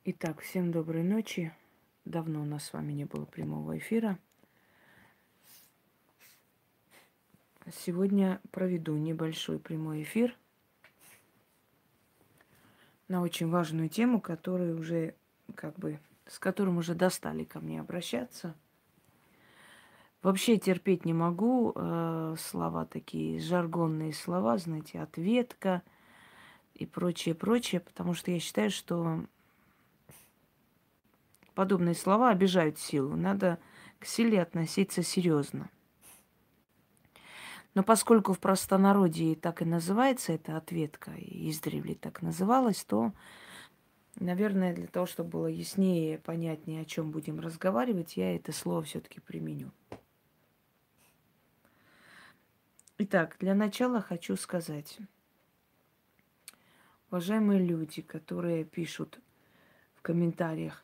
Итак, всем доброй ночи. Давно у нас с вами не было прямого эфира. Сегодня проведу небольшой прямой эфир на очень важную тему, которую уже с которым уже достали ко мне обращаться. Вообще терпеть не могу слова такие, жаргонные слова, знаете, ответка и прочее, прочее, потому что я считаю, что подобные слова обижают силу. Надо к силе относиться серьезно. Но поскольку в простонародье так и называется эта ответка, и издревле так называлась, то, наверное, для того, чтобы было яснее, понятнее, о чем будем разговаривать, я это слово все-таки применю. Итак, для начала хочу сказать, уважаемые люди, которые пишут в комментариях,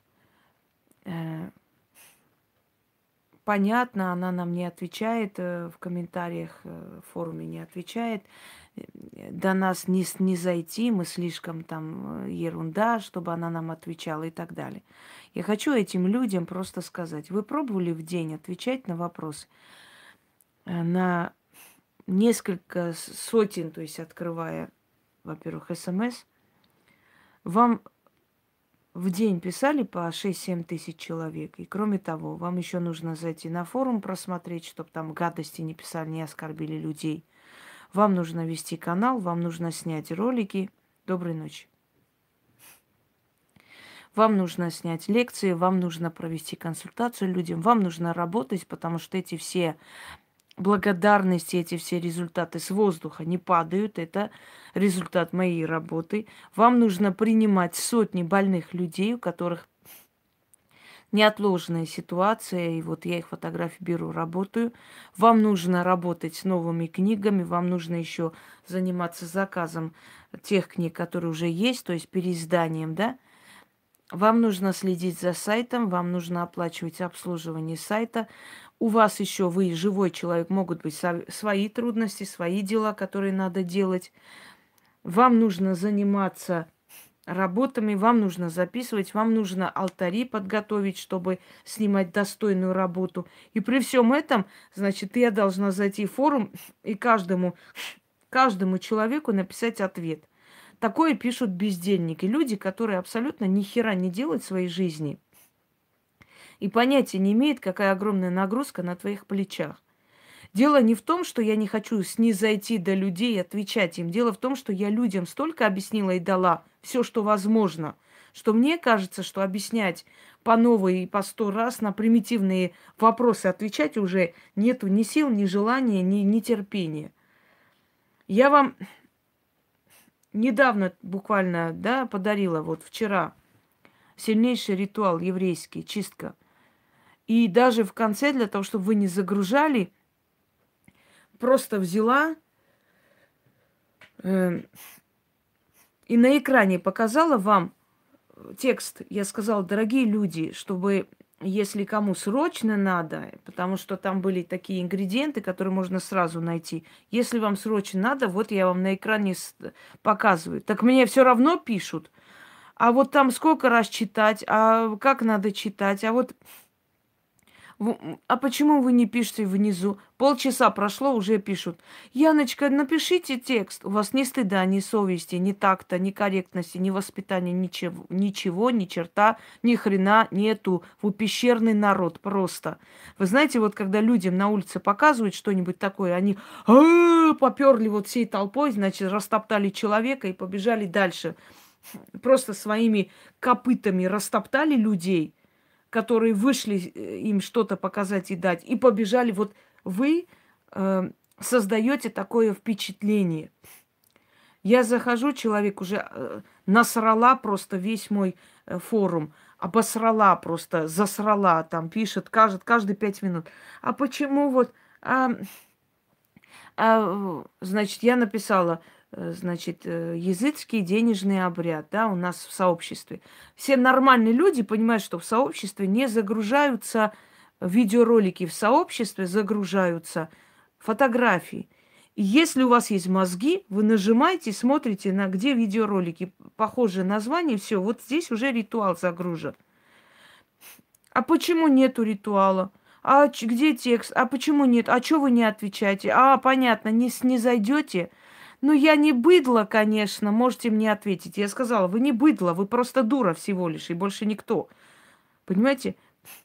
понятно, она нам не отвечает в комментариях, в форуме не отвечает. До нас не зайти, мы слишком там ерунда, чтобы она нам отвечала и так далее. Я хочу этим людям просто сказать, вы пробовали в день отвечать на вопросы? На несколько сотен, то есть открывая, во-первых, СМС, вам в день писали по 6-7 тысяч человек. И кроме того, вам еще нужно зайти на форум просмотреть, чтобы там гадости не писали, не оскорбили людей. Вам нужно вести канал, вам нужно снять ролики. Доброй ночи. Вам нужно снять лекции, вам нужно провести консультацию людям, вам нужно работать, потому что эти все благодарности, эти все результаты с воздуха не падают. Это результат моей работы. Вам нужно принимать сотни больных людей, у которых неотложная ситуация, и вот я их фотографии беру, работаю. Вам нужно работать с новыми книгами, вам нужно еще заниматься заказом тех книг, которые уже есть, то есть переизданием, да. Вам нужно следить за сайтом, вам нужно оплачивать обслуживание сайта. У вас еще, вы живой человек, могут быть свои трудности, свои дела, которые надо делать. Вам нужно заниматься работами, вам нужно записывать, вам нужно алтари подготовить, чтобы снимать достойную работу. И при всем этом, значит, я должна зайти в форум и каждому человеку написать ответ. Такое пишут бездельники, люди, которые абсолютно ни хера не делают в своей жизни. И понятия не имеют, какая огромная нагрузка на твоих плечах. Дело не в том, что я не хочу снизойти до людей и отвечать им. Дело в том, что я людям столько объяснила и дала все, что возможно, что мне кажется, что объяснять по новой и по 100 раз на примитивные вопросы отвечать уже нету ни сил, ни желания, ни терпения. Я вам недавно буквально, да, подарила, вот вчера, сильнейший ритуал еврейский, чистка. И даже в конце, для того, чтобы вы не загружали, просто взяла и на экране показала вам текст. Я сказала, дорогие люди, чтобы, если кому срочно надо, потому что там были такие ингредиенты, которые можно сразу найти. Если вам срочно надо, вот я вам на экране показываю. Так мне все равно пишут. А вот там сколько раз читать, а как надо читать, а вот... А почему вы не пишете внизу? Полчаса прошло, уже пишут. Яночка, напишите текст. У вас ни стыда, ни совести, ни такта, ни корректности, ни воспитания, ничего, ни черта, ни хрена нету. Вы пещерный народ просто. Вы знаете, вот когда людям на улице показывают что-нибудь такое, они поперли вот всей толпой, значит, растоптали человека и побежали дальше. Просто своими копытами растоптали людей, которые вышли им что-то показать и дать, и побежали. Вот вы создаете такое впечатление. Я захожу, человек уже насрала просто весь мой форум, обосрала просто, засрала, там пишет каждые 5 минут. А почему вот... значит, я написала, значит, языческий денежный обряд, да, у нас в сообществе. Все нормальные люди понимают, что в сообществе не загружаются видеоролики, в сообществе загружаются фотографии. И если у вас есть мозги, вы нажимаете, смотрите, на где видеоролики, похожее название, все, вот здесь уже ритуал загружен. А почему нету ритуала? А где текст? А почему нет? А что вы не отвечаете? А, понятно, не зайдете. Ну, я не быдло, конечно, можете мне ответить. Я сказала, вы не быдло, вы просто дура всего лишь, и больше никто. Понимаете?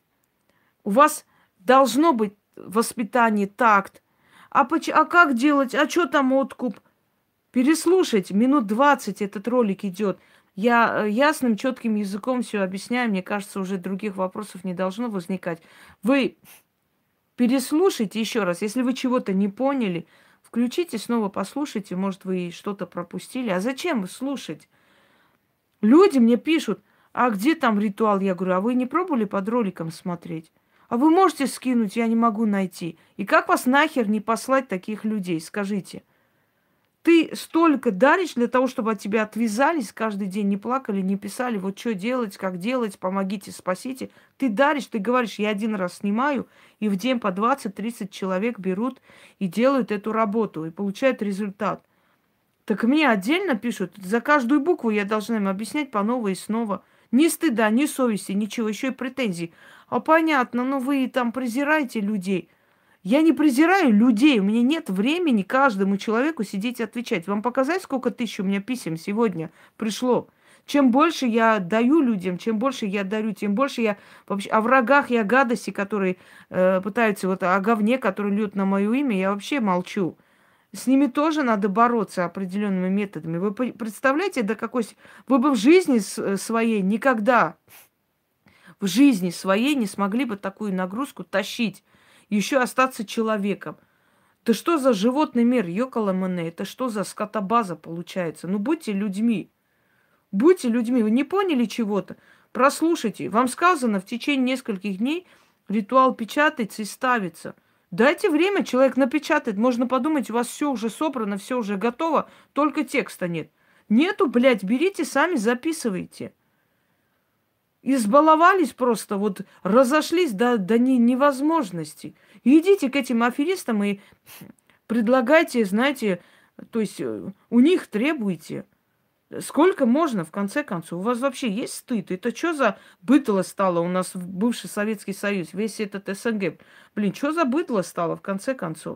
У вас должно быть воспитание, такт. А как делать? А что там откуп? Переслушать. Минут 20 этот ролик идет. Я ясным, четким языком все объясняю. Мне кажется, уже других вопросов не должно возникать. Вы переслушайте еще раз. Если вы чего-то не поняли, включите, снова послушайте. Может, вы что-то пропустили. А зачем слушать? Люди мне пишут, а где там ритуал? Я говорю, а вы не пробовали под роликом смотреть? А вы можете скинуть, я не могу найти. И как вас нахер не послать таких людей, скажите? Ты столько даришь для того, чтобы от тебя отвязались каждый день, не плакали, не писали, вот что делать, как делать, помогите, спасите. Ты даришь, ты говоришь, я один раз снимаю, и в день по 20-30 человек берут и делают эту работу, и получают результат. Так мне отдельно пишут, за каждую букву я должна им объяснять по новой и снова. Ни стыда, ни совести, ничего, еще и претензий. А понятно, ну вы там презираете людей. Я не презираю людей, у меня нет времени каждому человеку сидеть и отвечать. Вам показать, сколько тысяч у меня писем сегодня пришло? Чем больше я даю людям, чем больше я дарю, тем больше я вообще о врагах и о гадости, которые пытаются, вот о говне, который льют на мое имя, я вообще молчу. С ними тоже надо бороться определенными методами. Вы представляете, до какой... Вы бы в жизни своей никогда, в жизни своей не смогли бы такую нагрузку тащить. Еще остаться человеком. Да что за животный мир, ёкаламане? Это что за скотобаза получается? Ну, будьте людьми. Будьте людьми. Вы не поняли чего-то? Прослушайте. Вам сказано, в течение нескольких дней ритуал печатается и ставится. Дайте время, человек напечатает. Можно подумать, у вас все уже собрано, все уже готово, только текста нет. Нету, блядь, берите, сами записывайте. Избаловались просто, вот разошлись до невозможности. Идите к этим аферистам и предлагайте, знаете, то есть у них требуйте. Сколько можно, в конце концов? У вас вообще есть стыд? Это что за быдло стало у нас в бывший Советский Союз, весь этот СНГ? Блин, что за быдло стало, в конце концов?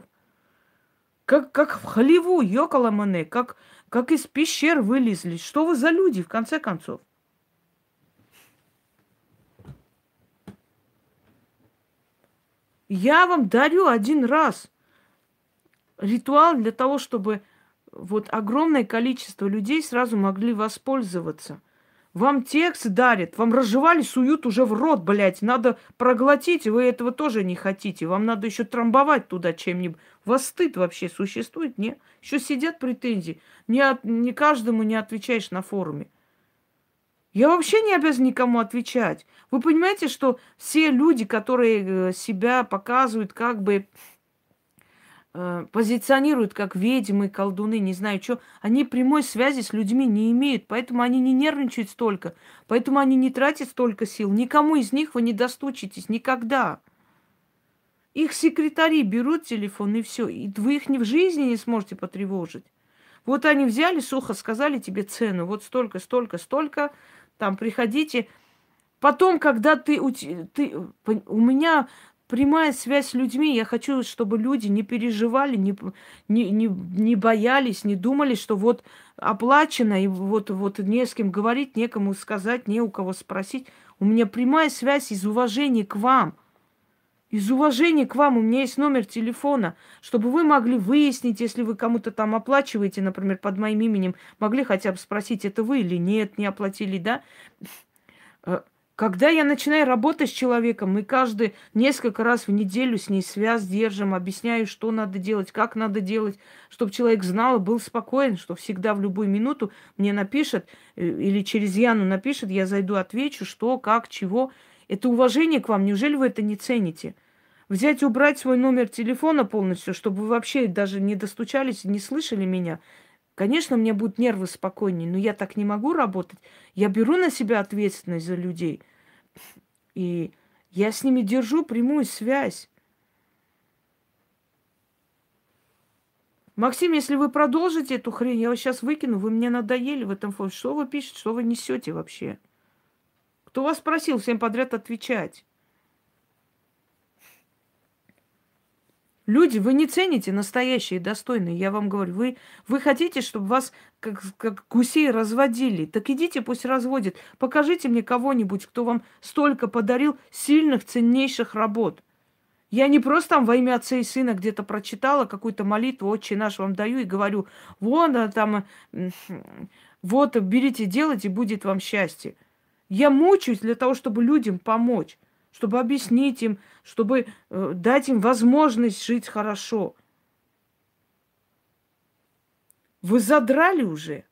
Как в Холливу, ёкаламане, как из пещер вылезли. Что вы за люди, в конце концов? Я вам дарю один раз ритуал для того, чтобы вот огромное количество людей сразу могли воспользоваться. Вам текст дарят, вам разжевали, суют уже в рот, блядь. Надо проглотить, и вы этого тоже не хотите. Вам надо еще трамбовать туда чем-нибудь. У вас стыд вообще существует, не? Еще сидят претензии. Не каждому не отвечаешь на форуме. Я вообще не обязан никому отвечать. Вы понимаете, что все люди, которые себя показывают, как бы позиционируют как ведьмы, колдуны, не знаю что, они прямой связи с людьми не имеют, поэтому они не нервничают столько, поэтому они не тратят столько сил. Никому из них вы не достучитесь никогда. Их секретари берут телефон и все, и вы их ни в жизни не сможете потревожить. Вот они взяли, сухо сказали тебе цену, вот столько, столько, столько, там приходите. Потом, когда у меня прямая связь с людьми, я хочу, чтобы люди не переживали, не боялись, не думали, что вот оплачено, и вот не с кем говорить, некому сказать, не у кого спросить. У меня прямая связь из уважения к вам. Из уважения к вам у меня есть номер телефона, чтобы вы могли выяснить, если вы кому-то там оплачиваете, например, под моим именем, могли хотя бы спросить, это вы или нет, не оплатили, да? Когда я начинаю работать с человеком, мы каждый несколько раз в неделю с ней связь держим, объясняю, что надо делать, как надо делать, чтобы человек знал и был спокоен, что всегда в любую минуту мне напишет или через Яну напишет, я зайду, отвечу, что, как, чего. Это уважение к вам. Неужели вы это не цените? Взять и убрать свой номер телефона полностью, чтобы вы вообще даже не достучались, не слышали меня. Конечно, мне будут нервы спокойнее, но я так не могу работать. Я беру на себя ответственность за людей. И я с ними держу прямую связь. Максим, если вы продолжите эту хрень, я вас сейчас выкину, вы мне надоели в этом фоне. Что вы пишете, что вы несете вообще? Кто вас просил всем подряд отвечать? Люди, вы не цените настоящие, достойные, я вам говорю. Вы хотите, чтобы вас как гусей разводили. Так идите, пусть разводят. Покажите мне кого-нибудь, кто вам столько подарил сильных, ценнейших работ. Я не просто там во имя Отца и Сына где-то прочитала какую-то молитву, Отче наш вам даю, и говорю, вон там, вот, берите, делайте, будет вам счастье. Я мучаюсь для того, чтобы людям помочь, чтобы объяснить им, чтобы дать им возможность жить хорошо. Вы задрали уже.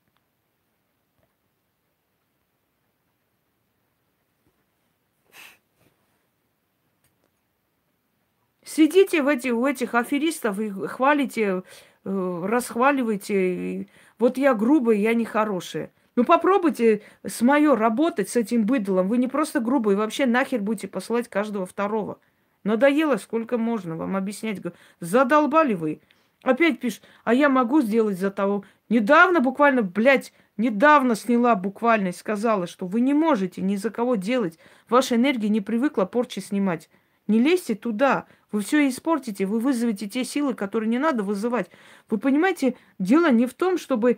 Сидите у этих аферистов и хвалите, расхваливаете. Вот я грубая, я нехорошая. Ну попробуйте с моё работать, с этим быдлом. Вы не просто грубые, вообще нахер будете посылать каждого второго. Надоело, сколько можно вам объяснять. Задолбали вы. Опять пишет, а я могу сделать за того. Недавно буквально, блядь, недавно сняла буквально и сказала, что вы не можете ни за кого делать. Ваша энергия не привыкла порчи снимать. Не лезьте туда. Вы все испортите, вы вызовете те силы, которые не надо вызывать. Вы понимаете, дело не в том, чтобы...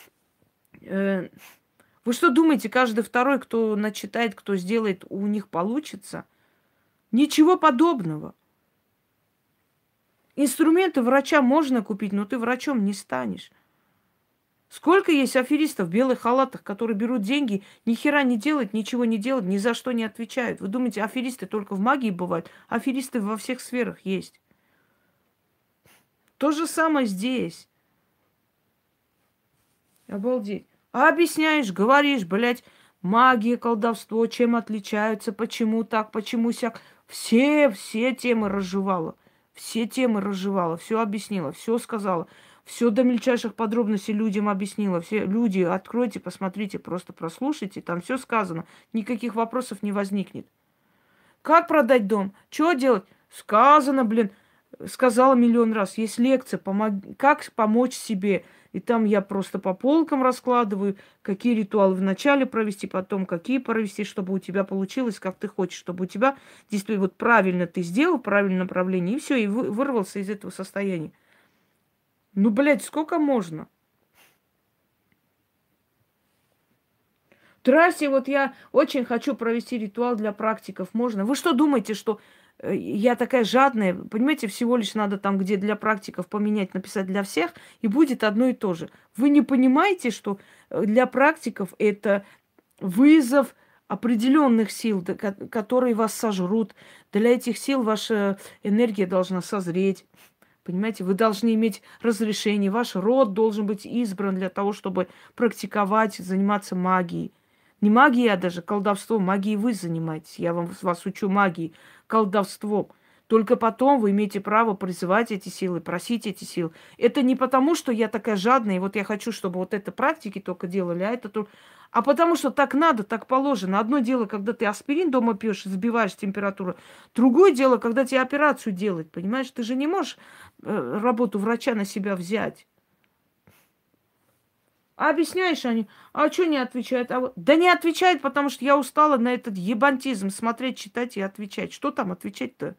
Вы что думаете, каждый второй, кто начитает, кто сделает, у них получится? Ничего подобного. Инструменты врача можно купить, но ты врачом не станешь. Сколько есть аферистов в белых халатах, которые берут деньги, ни хера не делают, ничего не делают, ни за что не отвечают. Вы думаете, аферисты только в магии бывают? Аферисты во всех сферах есть. То же самое здесь. Обалдеть. А объясняешь, говоришь, блядь, магия, колдовство, чем отличаются, почему так, почему сяк. Все темы разжевала. Все темы разжевала, все объяснила, все сказала. Все до мельчайших подробностей людям объяснила. Все люди, откройте, посмотрите, просто прослушайте. Там все сказано. Никаких вопросов не возникнет. Как продать дом? Что делать? Сказано, блин. Сказала миллион раз. Есть лекция, как помочь себе. И там я просто по полкам раскладываю, какие ритуалы вначале провести, потом какие провести, чтобы у тебя получилось, как ты хочешь, чтобы у тебя действительно вот правильно ты сделал, правильное направление, и все, и вырвался из этого состояния. Ну, блядь, сколько можно? Здрасте, вот я очень хочу провести ритуал для практиков. Можно? Вы что думаете, что я такая жадная? Понимаете, всего лишь надо там, где для практиков поменять, написать для всех, и будет одно и то же. Вы не понимаете, что для практиков это вызов определенных сил, которые вас сожрут. Для этих сил ваша энергия должна созреть. Понимаете, вы должны иметь разрешение, ваш род должен быть избран для того, чтобы практиковать, заниматься магией. Не магией, а даже колдовством. Магией вы занимаетесь. Я вас учу магии, колдовством. Только потом вы имеете право призывать эти силы, просить эти силы. Это не потому, что я такая жадная, и вот я хочу, чтобы вот это практики только делали, а это только... А потому что так надо, так положено. Одно дело, когда ты аспирин дома пьешь, сбиваешь температуру. Другое дело, когда тебе операцию делать, понимаешь? Ты же не можешь работу врача на себя взять. А объясняешь они, а что не отвечают? Да не отвечают, потому что я устала на этот ебантизм смотреть, читать и отвечать. Что там отвечать-то?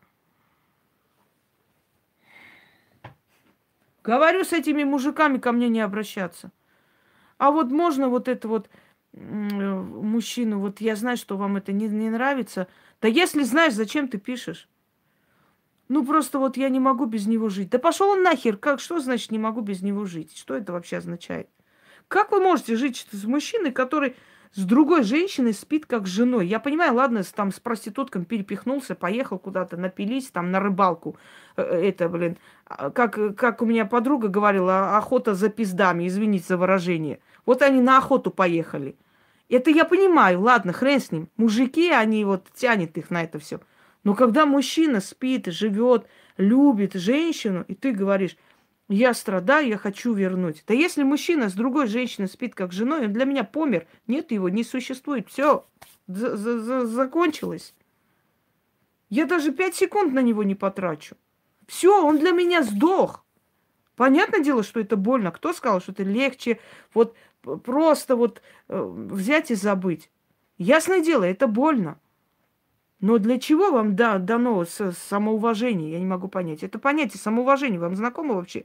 Говорю, с этими мужиками ко мне не обращаться. А вот можно вот это вот мужчину, вот я знаю, что вам это не нравится. Да если знаешь, зачем ты пишешь? Ну, просто вот я не могу без него жить. Да пошел он нахер. Что значит не могу без него жить? Что это вообще означает? Как вы можете жить с мужчиной, который с другой женщиной спит как с женой? Я понимаю, ладно, там с проститутками перепихнулся, поехал куда-то, напились, там на рыбалку. Это, блин, как у меня подруга говорила, охота за пиздами, извините за выражение. Вот они на охоту поехали. Это я понимаю, ладно, хрен с ним. Мужики, они вот тянет их на это все. Но когда мужчина спит, живет, любит женщину, и ты говоришь, я страдаю, я хочу вернуть. Да если мужчина с другой женщиной спит как с женой, он для меня помер. Нет его, не существует. Все, закончилось. Я даже 5 секунд на него не потрачу. Все, он для меня сдох. Понятное дело, что это больно. Кто сказал, что это легче вот просто вот взять и забыть? Ясное дело, это больно. Но для чего вам дано самоуважение? Я не могу понять. Это понятие самоуважения вам знакомо вообще?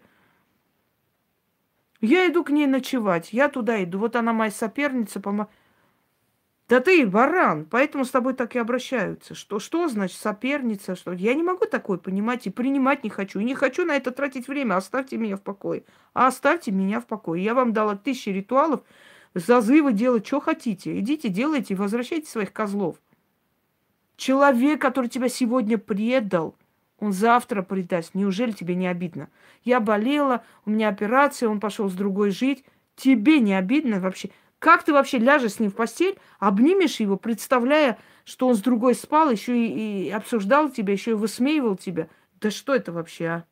Я иду к ней ночевать, я туда иду. Вот она моя соперница. Да ты баран, поэтому с тобой так и обращаются. Что значит соперница? Что? Я не могу такое понимать и принимать не хочу. И не хочу на это тратить время. Оставьте меня в покое. А оставьте меня в покое. Я вам дала 1000 ритуалов, зазывы делать, что хотите. Идите, делайте и возвращайте своих козлов. Человек, который тебя сегодня предал, он завтра предаст. Неужели тебе не обидно? Я болела, у меня операция, он пошел с другой жить. Тебе не обидно вообще? Как ты вообще ляжешь с ним в постель, обнимешь его, представляя, что он с другой спал, еще и обсуждал тебя, еще и высмеивал тебя? Да что это вообще, а?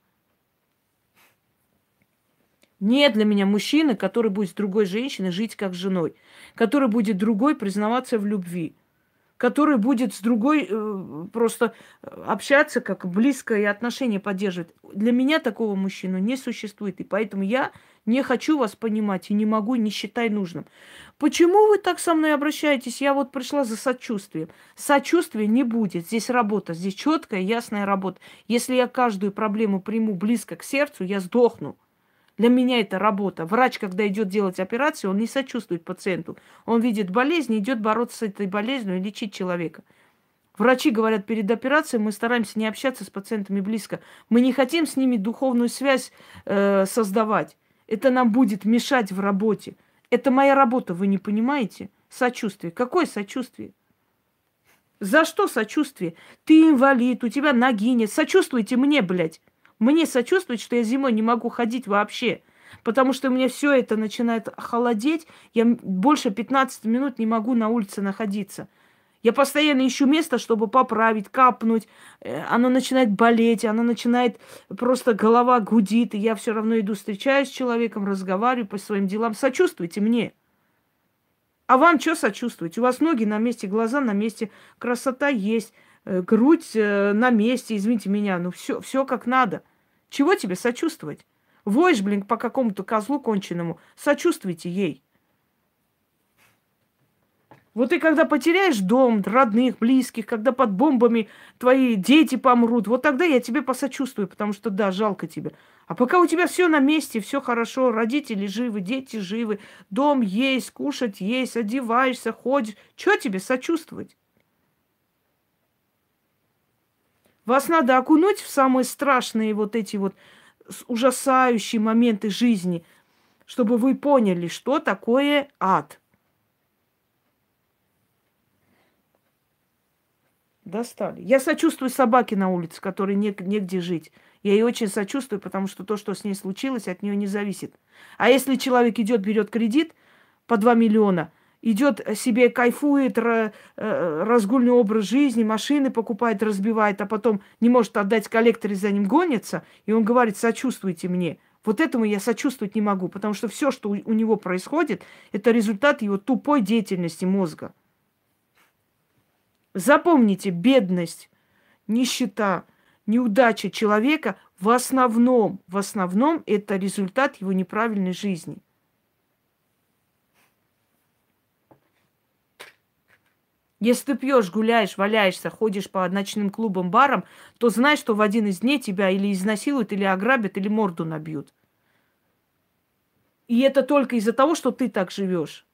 Нет для меня мужчины, который будет с другой женщиной жить как с женой, который будет другой признаваться в любви, который будет с другой просто общаться, как близко и отношения поддерживать. Для меня такого мужчину не существует, и поэтому я не хочу вас понимать и не могу, не считай нужным. Почему вы так со мной обращаетесь? Я вот пришла за сочувствием. Сочувствия не будет. Здесь работа, здесь четкая, ясная работа. Если я каждую проблему приму близко к сердцу, я сдохну. Для меня это работа. Врач, когда идет делать операцию, он не сочувствует пациенту. Он видит болезнь, идет бороться с этой болезнью и лечить человека. Врачи говорят, перед операцией мы стараемся не общаться с пациентами близко. Мы не хотим с ними духовную связь создавать. Это нам будет мешать в работе. Это моя работа, вы не понимаете? Сочувствие. Какое сочувствие? За что сочувствие? Ты инвалид, у тебя ноги нет. Сочувствуйте мне, блядь. Мне сочувствует, что я зимой не могу ходить вообще. Потому что у меня все это начинает холодеть. Я больше 15 минут не могу на улице находиться. Я постоянно ищу место, чтобы поправить, капнуть. Оно начинает болеть, оно начинает... Просто голова гудит, и я все равно иду, встречаюсь с человеком, разговариваю по своим делам. Сочувствуйте мне. А вам что сочувствовать? У вас ноги на месте, глаза на месте, красота есть, грудь на месте, извините меня, ну все как надо. Чего тебе сочувствовать? Воешь, блин, по какому-то козлу конченому, сочувствуйте ей. Вот ты когда потеряешь дом, родных, близких, когда под бомбами твои дети помрут, вот тогда я тебе посочувствую, потому что да, жалко тебе. А пока у тебя все на месте, все хорошо, родители живы, дети живы, дом есть, кушать есть, одеваешься, ходишь, что тебе сочувствовать? Вас надо окунуть в самые страшные вот эти вот ужасающие моменты жизни, чтобы вы поняли, что такое ад. Достали. Я сочувствую собаке на улице, которой негде жить. Я ей очень сочувствую, потому что то, что с ней случилось, от нее не зависит. А если человек идет, берет кредит по 2 миллиона, идет себе кайфует, разгульный образ жизни, машины покупает, разбивает, а потом не может отдать коллекторе, за ним гонится, и он говорит, сочувствуйте мне. Вот этому я сочувствовать не могу, потому что все, что у него происходит, это результат его тупой деятельности мозга. Запомните, бедность, нищета, неудача человека в основном это результат его неправильной жизни. Если ты пьешь, гуляешь, валяешься, ходишь по ночным клубам, барам, то знай, что в один из дней тебя или изнасилуют, или ограбят, или морду набьют. И это только из-за того, что ты так живешь.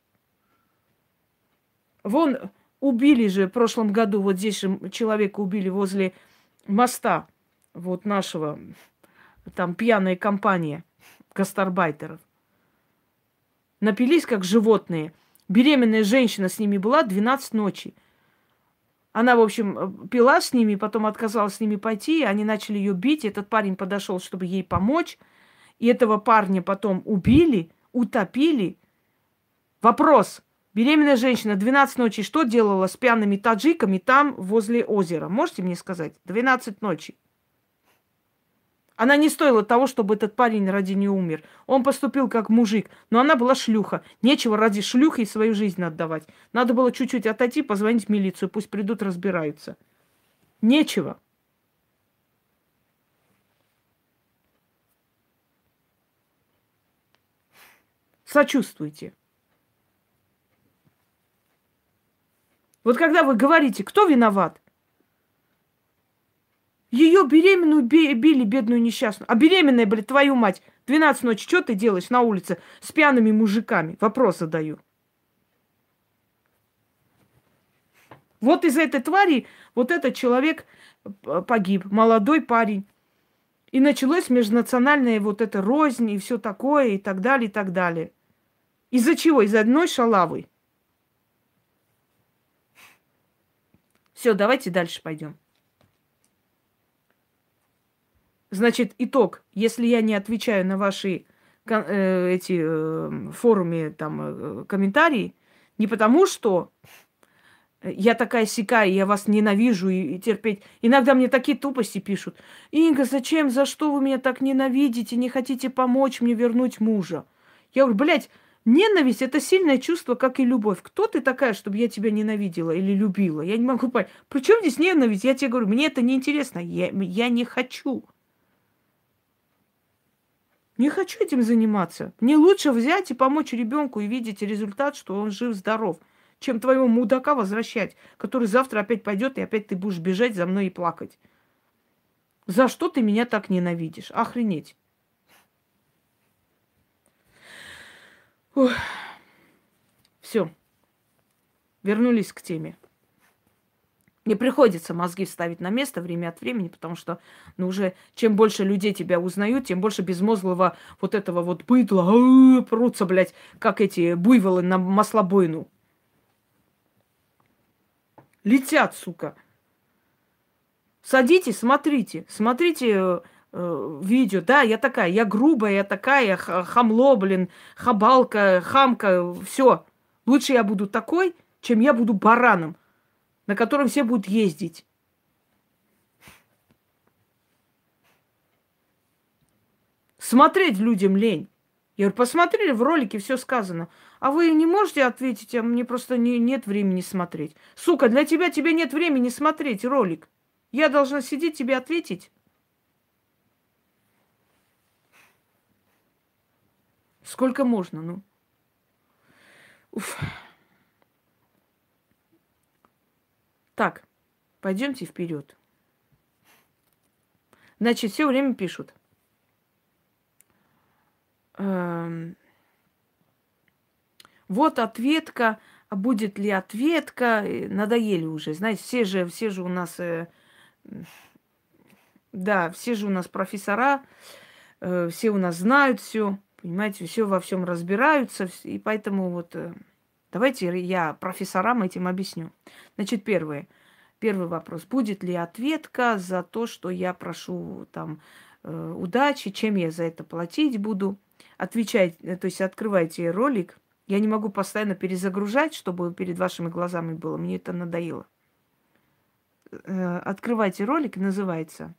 Вон убили же в прошлом году, вот здесь же человека убили возле моста, вот нашего, там пьяная компания гастарбайтеров. Напились, как животные. Беременная женщина с ними была 12 ночи. Она, в общем, пила с ними, потом отказалась с ними пойти, они начали ее бить. Этот парень подошел, чтобы ей помочь. И этого парня потом убили, утопили. Вопрос. Беременная женщина 12 ночей что делала с пьяными таджиками там, возле озера? Можете мне сказать? 12 ночей. Она не стоила того, чтобы этот парень ради нее умер. Он поступил как мужик, но она была шлюха. Нечего ради шлюхи свою жизнь отдавать. Надо было чуть-чуть отойти, позвонить в милицию, пусть придут, разбираются. Нечего. сочувствуете. Вот когда вы говорите, кто виноват? Ее беременную били, бедную несчастную. А беременная, блядь, твою мать, 12 ночи, что ты делаешь на улице с пьяными мужиками? Вопрос задаю. Вот из-за этой твари вот этот человек погиб, молодой парень. И началось межнациональная вот эта рознь и все такое, и так далее, и так далее. Из-за чего? Из-за одной шалавы. Все, давайте дальше пойдем. Значит, итог. Если я не отвечаю на ваши форуме там комментарии, не потому что я такая сякая, я вас ненавижу и терпеть. Иногда мне такие тупости пишут. Инга, зачем, за что вы меня так ненавидите, не хотите помочь мне вернуть мужа? Я говорю, блядь, ненависть – это сильное чувство, как и любовь. Кто ты такая, чтобы я тебя ненавидела или любила? Я не могу понять. При чем здесь ненависть? Я тебе говорю, мне это неинтересно. Я не хочу. Не хочу этим заниматься. Мне лучше взять и помочь ребенку и видеть результат, что он жив-здоров, чем твоего мудака возвращать, который завтра опять пойдет, и опять ты будешь бежать за мной и плакать. За что ты меня так ненавидишь? Охренеть. Все. Вернулись к теме. Мне приходится мозги ставить на место время от времени, потому что, ну, уже чем больше людей тебя узнают, тем больше безмозглого вот этого вот быдла прутся, блядь, как эти буйволы на маслобойну. Летят, сука. Садитесь, смотрите. Смотрите видео. Да, я такая, я грубая, я такая, хамло, блин, хабалка, хамка, все. Лучше я буду такой, чем я буду бараном, на котором все будут ездить. Смотреть людям лень. Я говорю, посмотрели, в ролике все сказано. А вы не можете ответить, а мне просто нет времени смотреть. Сука, для тебя тебе нет времени смотреть ролик. Я должна сидеть тебе ответить. Сколько можно, ну? Уф. Так, пойдемте вперед. Значит, все время пишут. Вот ответка, а будет ли ответка? Надоели уже. Знаете, все же у нас, да, все же у нас профессора, все у нас знают все, понимаете, все во всем разбираются, и поэтому вот давайте я профессорам этим объясню. Значит, первый вопрос. Будет ли ответка за то, что я прошу там удачи, чем я за это платить буду? Отвечайте, то есть открывайте ролик. Я не могу постоянно перезагружать, чтобы перед вашими глазами было. Мне это надоело. Открывайте ролик, называется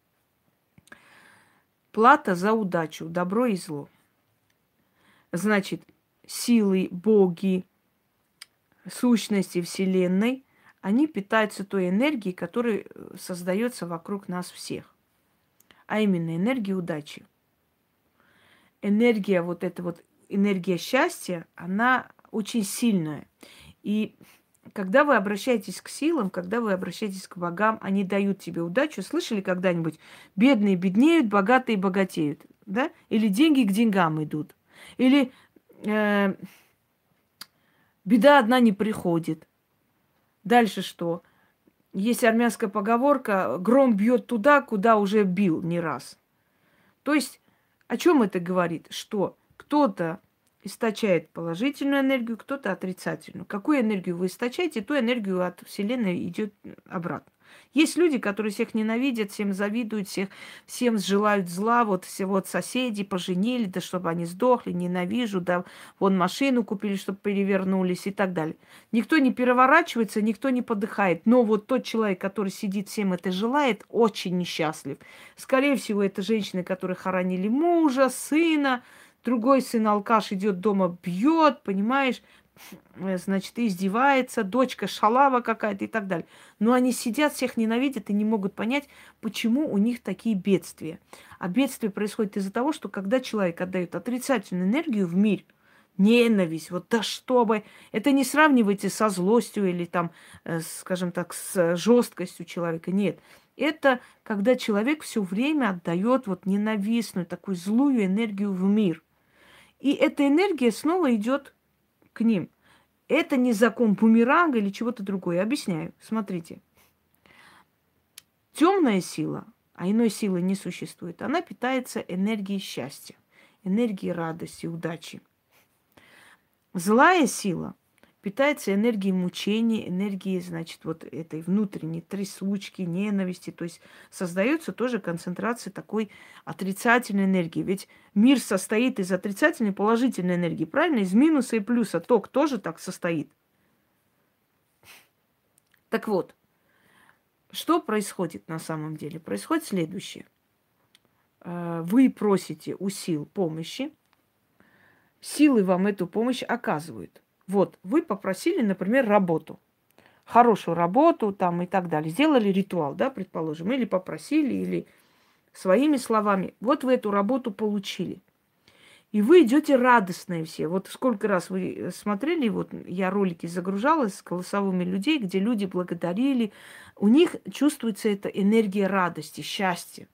«Плата за удачу. Добро и зло». Значит, силы, боги, сущности Вселенной, они питаются той энергией, которая создается вокруг нас всех. А именно энергией удачи. Энергия, вот эта вот энергия счастья, она очень сильная. И когда вы обращаетесь к силам, когда вы обращаетесь к богам, они дают тебе удачу. Слышали когда-нибудь? Бедные беднеют, богатые богатеют. Да? Или деньги к деньгам идут. Или беда одна не приходит. Дальше что? Есть армянская поговорка: гром бьет туда, куда уже бил не раз. То есть о чем это говорит? Что кто-то источает положительную энергию, кто-то отрицательную. Какую энергию вы источаете, ту энергию от Вселенной идет обратно. Есть люди, которые всех ненавидят, всем завидуют, всем желают зла. Вот соседи поженили, да чтобы они сдохли, ненавижу, да вон машину купили, чтобы перевернулись и так далее. Никто не переворачивается, никто не подыхает. Но вот тот человек, который сидит, всем это желает, очень несчастлив. Скорее всего, это женщины, которые хоронили мужа, сына. Другой сын алкаш идет дома, бьет, понимаешь, значит, издевается, дочка шалава какая-то и так далее. Но они сидят, всех ненавидят и не могут понять, почему у них такие бедствия. А бедствие происходит из-за того, что когда человек отдает отрицательную энергию в мир, ненависть, вот да чтобы. Это не сравнивайте со злостью или там, скажем так, с жесткостью человека. Нет. Это когда человек все время отдает вот ненавистную, такую злую энергию в мир. И эта энергия снова идет к ним. Это не закон бумеранга или чего-то другое. Объясняю. Смотрите. Темная сила, а иной силы не существует, она питается энергией счастья, энергией радости, удачи. Злая сила питается энергией мучений, энергией, значит, вот этой внутренней трясучки, ненависти. То есть создается тоже концентрация такой отрицательной энергии. Ведь мир состоит из отрицательной и положительной энергии, правильно? Из минуса и плюса. Ток тоже так состоит. Так вот, что происходит на самом деле? Происходит следующее. Вы просите у сил помощи, силы вам эту помощь оказывают. Вот, вы попросили, например, работу, хорошую работу там и так далее. Сделали ритуал, да, предположим, или попросили, или своими словами. Вот вы эту работу получили. И вы идете радостные все. Вот сколько раз вы смотрели, вот я ролики загружала с голосовыми людей, где люди благодарили. У них чувствуется эта энергия радости, счастья.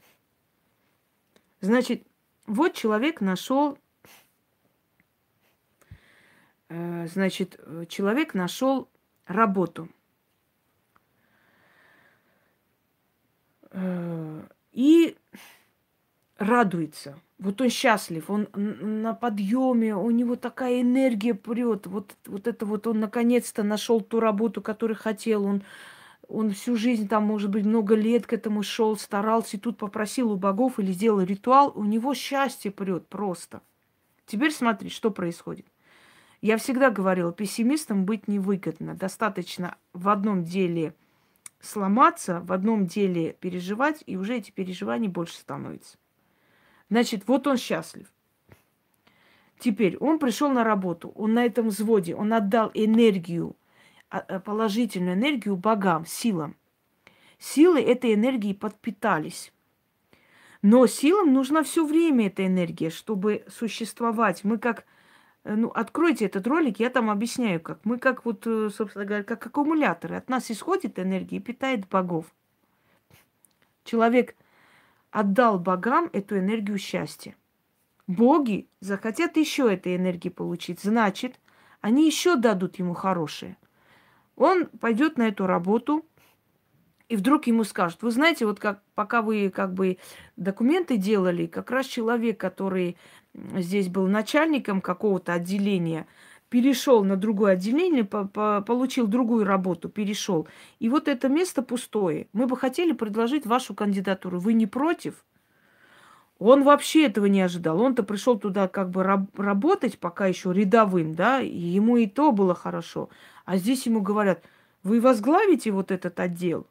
Значит, вот человек нашел, работу. И радуется. Вот он счастлив, он на подъеме, у него такая энергия прет. Вот это вот он наконец-то нашел ту работу, которую хотел. Он всю жизнь там, может быть, много лет к этому шел, старался, и тут попросил у богов или сделал ритуал. У него счастье прет просто. Теперь смотри, что происходит. Я всегда говорила, пессимистом быть невыгодно. Достаточно в одном деле сломаться, в одном деле переживать, и уже эти переживания больше становятся. Значит, вот он счастлив. Теперь он пришел на работу, он на этом взводе, он отдал энергию, положительную энергию богам, силам. Силы этой энергии подпитались. Но силам нужна все время эта энергия, чтобы существовать. Мы как, откройте этот ролик, я там объясняю, как. Мы как вот, собственно говоря, как аккумуляторы. От нас исходит энергия и питает богов. Человек отдал богам эту энергию счастья. Боги захотят еще этой энергии получить. Значит, они еще дадут ему хорошее. Он пойдет на эту работу, и вдруг ему скажут, вы знаете, вот как, пока вы как бы документы делали, как раз человек, который здесь был начальником какого-то отделения, перешел на другое отделение, получил другую работу, перешел. И вот это место пустое. Мы бы хотели предложить вашу кандидатуру. Вы не против? Он вообще этого не ожидал. Он-то пришел туда как бы работать, пока еще рядовым, да, и ему и то было хорошо. А здесь ему говорят, вы возглавите вот этот отдел?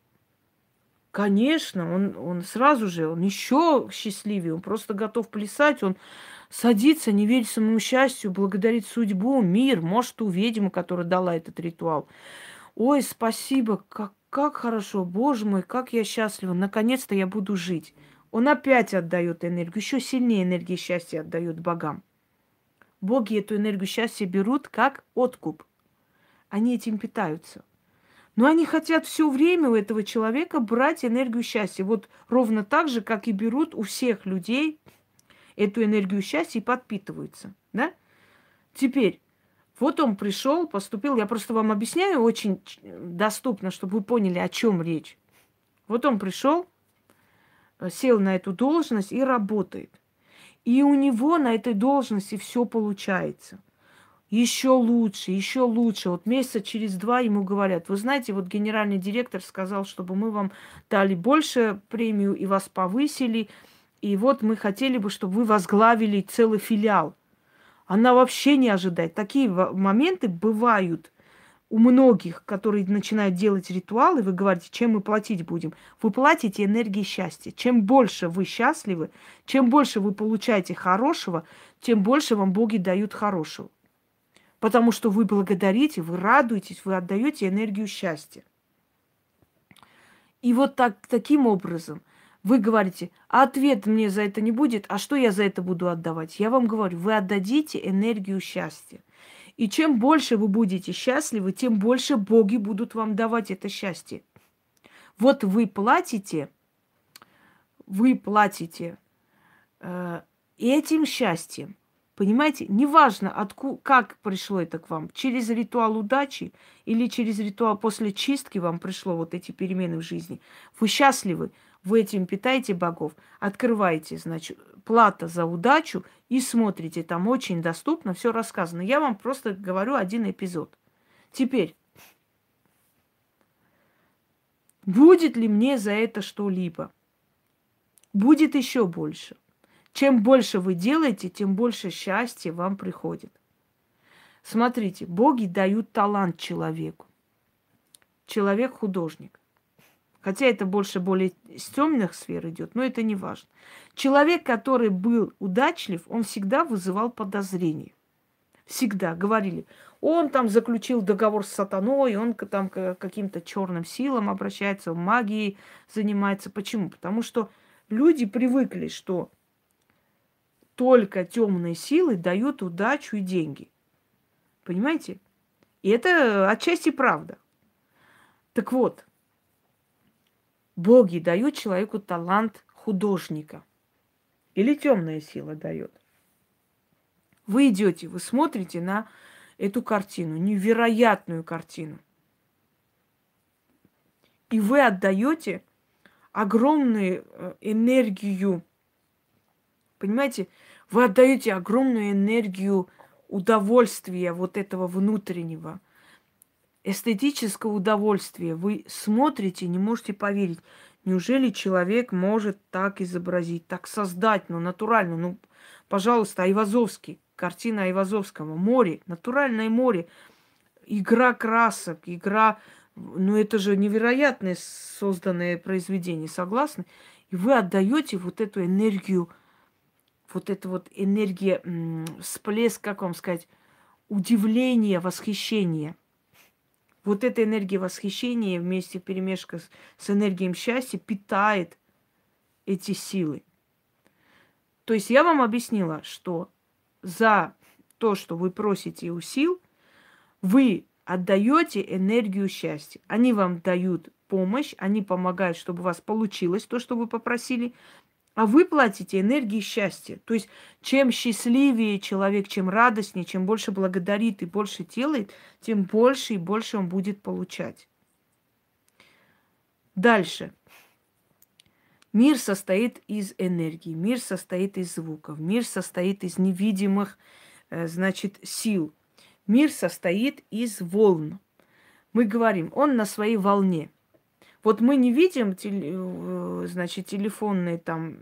Конечно, он сразу же, он еще счастливее, он просто готов плясать, он садится, не верит самому счастью, благодарит судьбу, мир, может, ту ведьму, которая дала этот ритуал. Ой, спасибо, как хорошо, боже мой, как я счастлива, наконец-то я буду жить. Он опять отдает энергию, еще сильнее энергии счастья отдает богам. Боги эту энергию счастья берут как откуп. Они этим питаются. Но они хотят все время у этого человека брать энергию счастья. Вот ровно так же, как и берут у всех людей эту энергию счастья и подпитываются. Да? Теперь, вот он пришел, поступил. Я просто вам объясняю очень доступно, чтобы вы поняли, о чем речь. Вот он пришел, сел на эту должность и работает. И у него на этой должности все получается. Еще лучше, еще лучше. Вот месяца через 2 ему говорят, вы знаете, вот генеральный директор сказал, чтобы мы вам дали больше премию и вас повысили. И вот мы хотели бы, чтобы вы возглавили целый филиал. Она вообще не ожидает. Такие моменты бывают у многих, которые начинают делать ритуалы. Вы говорите, чем мы платить будем? Вы платите энергией счастья. Чем больше вы счастливы, чем больше вы получаете хорошего, тем больше вам боги дают хорошего. Потому что вы благодарите, вы радуетесь, вы отдаете энергию счастья. И вот таким образом Вы говорите, а ответ мне за это не будет, а что я за это буду отдавать? Я вам говорю, вы отдадите энергию счастья. И чем больше вы будете счастливы, тем больше боги будут вам давать это счастье. Вот вы платите этим счастьем. Понимаете, неважно, как пришло это к вам, через ритуал удачи или через ритуал после чистки вам пришло вот эти перемены в жизни. Вы счастливы, вы этим питаете богов, открываете, значит, плата за удачу и смотрите, там очень доступно, все рассказано. Я вам просто говорю один эпизод. Теперь, будет ли мне за это что-либо? Будет еще больше. Чем больше вы делаете, тем больше счастья вам приходит. Смотрите, боги дают талант человеку. Человек художник. Хотя это больше более с темных сфер идет, но это не важно. Человек, который был удачлив, он всегда вызывал подозрения. Всегда говорили, он там заключил договор с сатаной, он там к каким-то черным силам обращается, магией занимается. Почему? Потому что люди привыкли, что только темные силы дают удачу и деньги. Понимаете? И это отчасти правда. Так вот, боги дают человеку талант художника. Или темная сила дает. Вы идете, вы смотрите на эту картину, невероятную картину. И вы отдаете огромную энергию. Понимаете, вы отдаете огромную энергию удовольствия вот этого внутреннего, эстетического удовольствия. Вы смотрите, не можете поверить. Неужели человек может так изобразить, так создать, натурально? Пожалуйста, Айвазовский, картина Айвазовского, море, натуральное море, игра красок, это же невероятное созданное произведение, согласны? И вы отдаете вот эту энергию, вот эта вот энергия, всплеск, как вам сказать, удивления, восхищения. Вот эта энергия восхищения вместе перемешка с энергией счастья питает эти силы. То есть я вам объяснила, что за то, что вы просите у сил, вы отдаете энергию счастья. Они вам дают помощь, они помогают, чтобы у вас получилось то, что вы попросили. А вы платите энергией счастья. То есть чем счастливее человек, чем радостнее, чем больше благодарит и больше делает, тем больше и больше он будет получать. Дальше. Мир состоит из энергии, мир состоит из звуков, мир состоит из невидимых, сил. Мир состоит из волн. Мы говорим, он на своей волне. Вот мы не видим, телефонные там,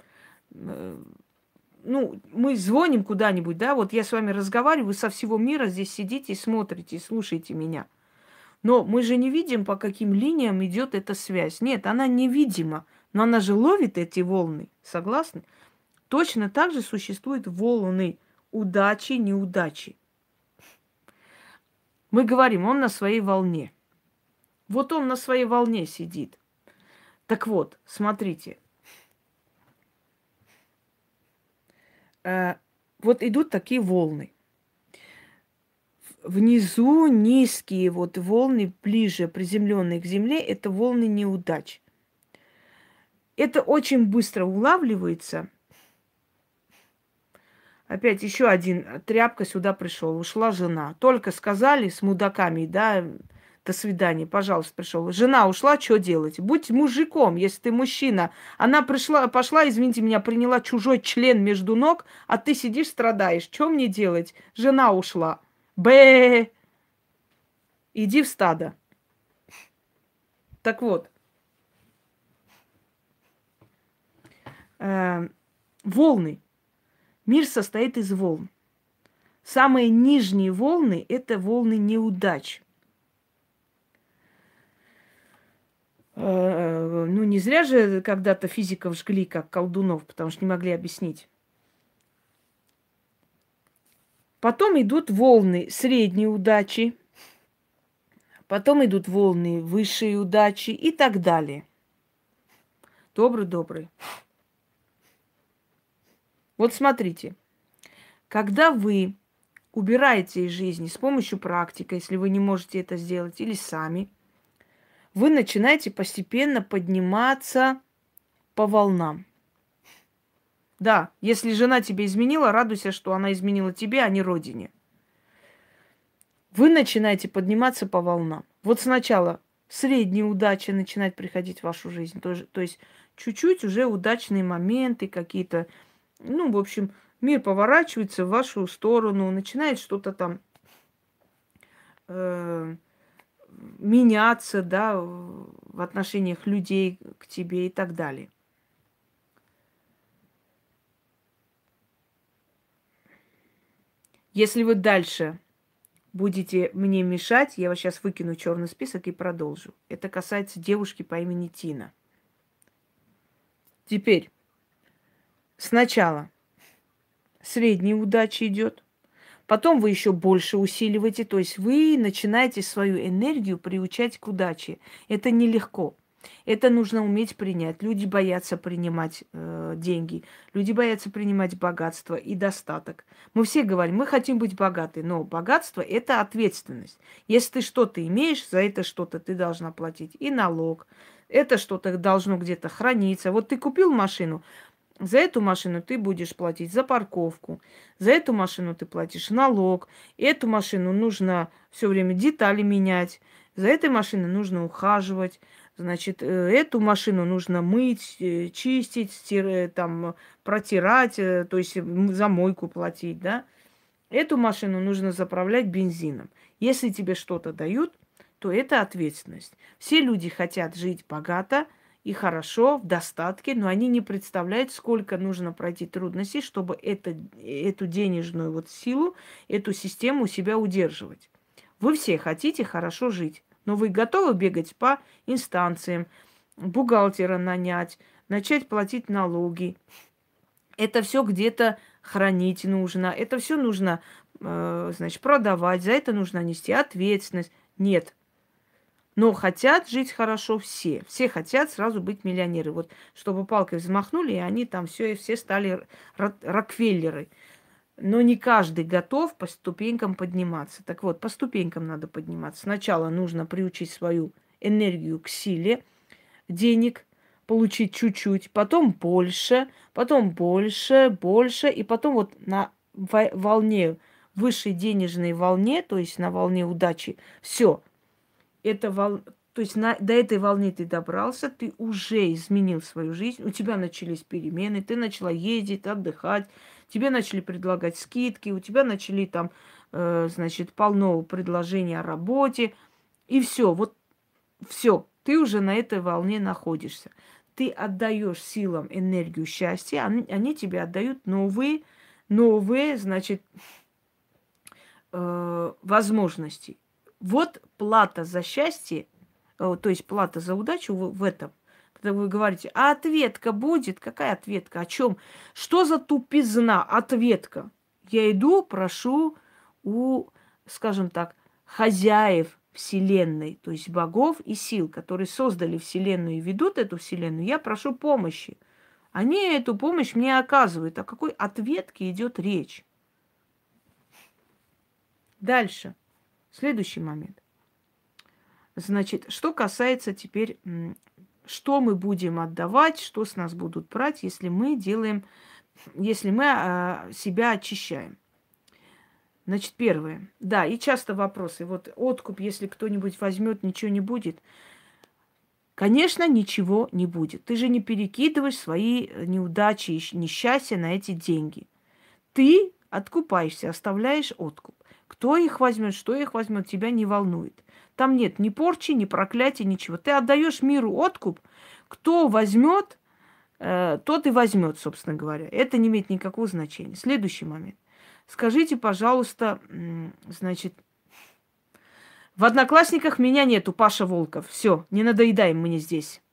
мы звоним куда-нибудь, да, вот я с вами разговариваю, вы со всего мира здесь сидите, смотрите, слушаете меня. Но мы же не видим, по каким линиям идет эта связь. Нет, она невидима, но она же ловит эти волны, согласны? Точно так же существуют волны удачи, неудачи. Мы говорим, он на своей волне. Вот он на своей волне сидит. Так вот, смотрите. Вот идут такие волны. Внизу низкие вот волны, ближе приземленные к земле, это волны неудач. Это очень быстро улавливается. Опять еще один тряпка сюда пришел. Ушла жена. Только сказали с мудаками, да, до свидания, пожалуйста, пришел. Жена ушла, что делать? Будь мужиком, если ты мужчина. Она пошла, извините меня, приняла чужой член между ног, а ты сидишь, страдаешь. Что мне делать? Жена ушла. Бэ! Иди в стадо. Так вот. Волны. Мир состоит из волн. Самые нижние волны – это волны неудач. Не зря же когда-то физиков жгли как колдунов, потому что не могли объяснить. Потом идут волны средней удачи, потом идут волны высшей удачи и так далее. Добрый-добрый. Вот смотрите, когда вы убираете из жизни с помощью практики, если вы не можете это сделать, или сами, вы начинаете постепенно подниматься по волнам. Да, если жена тебе изменила, радуйся, что она изменила тебе, а не родине. Вы начинаете подниматься по волнам. Вот сначала средняя удача начинает приходить в вашу жизнь. То есть чуть-чуть уже удачные моменты какие-то. Ну, в общем, мир поворачивается в вашу сторону, начинает что-то там меняться, да, в отношениях людей к тебе и так далее. Если вы дальше будете мне мешать, я вас сейчас выкину в черный список и продолжу. Это касается девушки по имени Тина. Теперь, сначала средняя удача идет, потом вы еще больше усиливаете, то есть вы начинаете свою энергию приучать к удаче. Это нелегко. Это нужно уметь принять. Люди боятся принимать деньги, люди боятся принимать богатство и достаток. Мы все говорим, мы хотим быть богаты, но богатство – это ответственность. Если ты что-то имеешь, за это что-то ты должна платить и налог. Это что-то должно где-то храниться. Вот ты купил машину, за эту машину ты будешь платить за парковку, за эту машину ты платишь налог, эту машину нужно все время детали менять, за этой машиной нужно ухаживать. Значит, эту машину нужно мыть, чистить, там, протирать, то есть за мойку платить, да. Эту машину нужно заправлять бензином. Если тебе что-то дают, то это ответственность. Все люди хотят жить богато и хорошо, в достатке, но они не представляют, сколько нужно пройти трудностей, чтобы эту денежную вот силу, эту систему у себя удерживать. Вы все хотите хорошо жить. Но вы готовы бегать по инстанциям, бухгалтера нанять, начать платить налоги. Это все где-то хранить нужно, это все нужно, значит, продавать, за это нужно нести ответственность. Нет. Но хотят жить хорошо все. Все хотят сразу быть миллионеры. Вот чтобы палкой взмахнули, и они там все стали Рокфеллеры. Но не каждый готов по ступенькам подниматься. Так вот, по ступенькам надо подниматься. Сначала нужно приучить свою энергию к силе, денег получить чуть-чуть, потом больше, больше, и потом вот на волне, высшей денежной волне, то есть на волне удачи, все. То есть до этой волны ты добрался, ты уже изменил свою жизнь, у тебя начались перемены, ты начала ездить, отдыхать, тебе начали предлагать скидки, у тебя начали там, значит, полно предложений о работе, и все, вот все, ты уже на этой волне находишься. Ты отдаешь силам энергию счастья, они тебе отдают новые, значит, возможности. Вот плата за счастье, то есть плата за удачу в этом. Когда вы говорите, а ответка будет? Какая ответка? О чем? Что за тупизна? Ответка. Я иду, прошу у, скажем так, хозяев Вселенной, то есть богов и сил, которые создали Вселенную и ведут эту Вселенную, я прошу помощи. Они эту помощь мне оказывают. О какой ответке идет речь? Дальше. Следующий момент. Значит, что касается теперь, что мы будем отдавать, что с нас будут брать, если мы себя очищаем. Значит, первое. Да, и часто вопросы. Вот откуп, если кто-нибудь возьмет, ничего не будет. Конечно, ничего не будет. Ты же не перекидываешь свои неудачи и несчастья на эти деньги. Ты откупаешься, оставляешь откуп. Кто их возьмет, что их возьмет, тебя не волнует. Там нет ни порчи, ни проклятия, ничего. Ты отдаешь миру откуп. Кто возьмет, тот и возьмет, собственно говоря. Это не имеет никакого значения. Следующий момент. Скажите, пожалуйста, значит, в Одноклассниках меня нету, Паша Волков. Все, не надоедай мне здесь.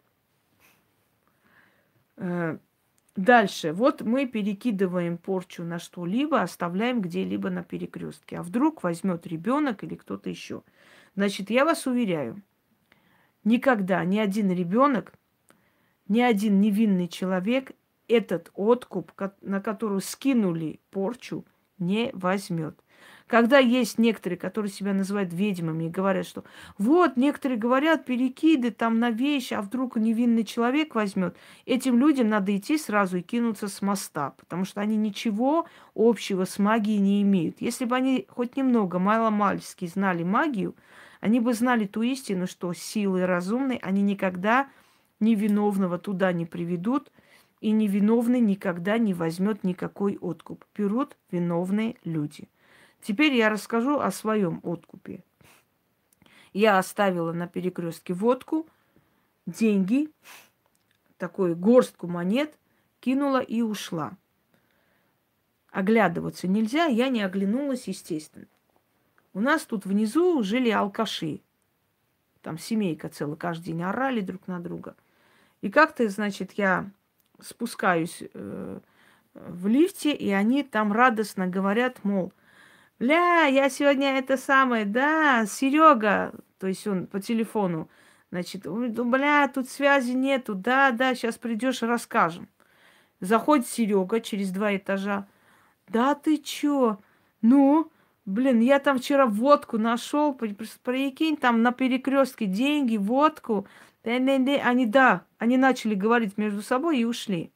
Дальше. Вот мы перекидываем порчу на что-либо, оставляем где-либо на перекрестке. А вдруг возьмет ребенок или кто-то еще. Значит, я вас уверяю, никогда ни один ребенок ни один невинный человек этот откуп, на который скинули порчу, не возьмет. Когда есть некоторые, которые себя называют ведьмами и говорят, что вот, некоторые говорят, перекиды там на вещи, а вдруг невинный человек возьмет, этим людям надо идти сразу и кинуться с моста, потому что они ничего общего с магией не имеют. Если бы они хоть немного, мало-мальски знали магию, они бы знали ту истину, что силы разумные, они никогда невиновного туда не приведут, и невиновный никогда не возьмет никакой откуп. Берут виновные люди. Теперь я расскажу о своем откупе. Я оставила на перекрестке водку, деньги, такую горстку монет, кинула и ушла. Оглядываться нельзя, я не оглянулась, естественно. У нас тут внизу жили алкаши. Там семейка целая, каждый день орали друг на друга. И как-то, значит, я спускаюсь в лифте, и они там радостно говорят, мол, ля, я сегодня это самое, да, Серега, то есть он по телефону, значит, бля, тут связи нету, да, сейчас придешь, расскажем. Заходит Серега через 2 этажа. Да ты чё? Ну, блин, я там вчера водку нашел, прикинь, там на перекрестке деньги, водку. Они начали говорить между собой и ушли.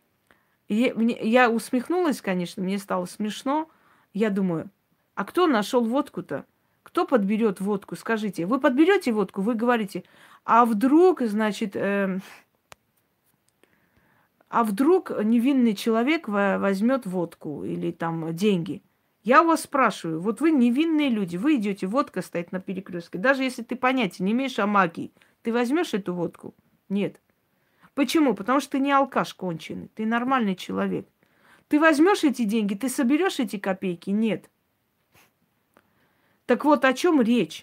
Я усмехнулась, конечно, мне стало смешно. Я думаю, а кто нашел водку-то? Кто подберет водку? Скажите, вы подберете водку? Вы говорите, а вдруг, значит, а вдруг невинный человек возьмет водку или там деньги? Я у вас спрашиваю, вот вы невинные люди, вы идете, водка стоит на перекрестке. Даже если ты понятия не имеешь о магии, ты возьмешь эту водку? Нет. Почему? Потому что ты не алкаш конченый, ты нормальный человек. Ты возьмешь эти деньги, ты соберешь эти копейки? Нет. Так вот, о чем речь?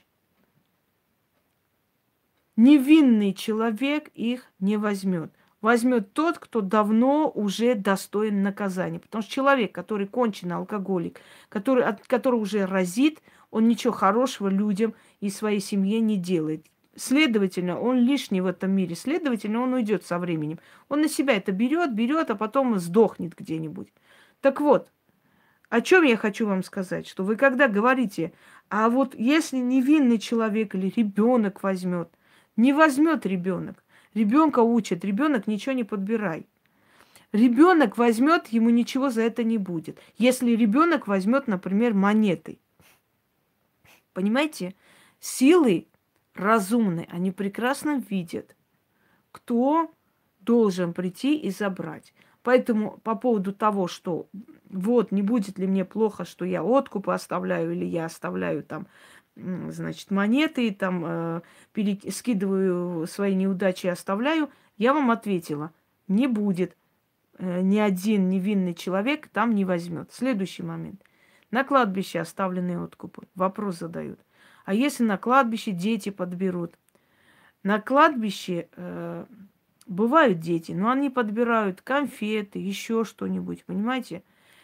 Невинный человек их не возьмет. Возьмет тот, кто давно уже достоин наказания. Потому что человек, который конченый алкоголик, который уже разит, он ничего хорошего людям и своей семье не делает. Следовательно, он лишний в этом мире. Следовательно, он уйдет со временем. Он на себя это берет, а потом сдохнет где-нибудь. Так вот, о чем я хочу вам сказать, что вы когда говорите, а вот если невинный человек или ребенок возьмет, не возьмет ребенок. Ребенка учат, ребенок ничего не подбирай. Ребенок возьмет, ему ничего за это не будет. Если ребенок возьмет, например, монеты. Понимаете? Силы разумные, они прекрасно видят, кто должен прийти и забрать. Поэтому по поводу того, что вот не будет ли мне плохо, что я откупы оставляю или я оставляю там, значит, монеты, там скидываю свои неудачи и оставляю, я вам ответила, не будет. Ни один невинный человек там не возьмет. Следующий момент. На кладбище оставленные откупы. Вопрос задают. А если на кладбище дети подберут? На кладбище бывают дети, но они подбирают конфеты, еще что-нибудь, понимаете?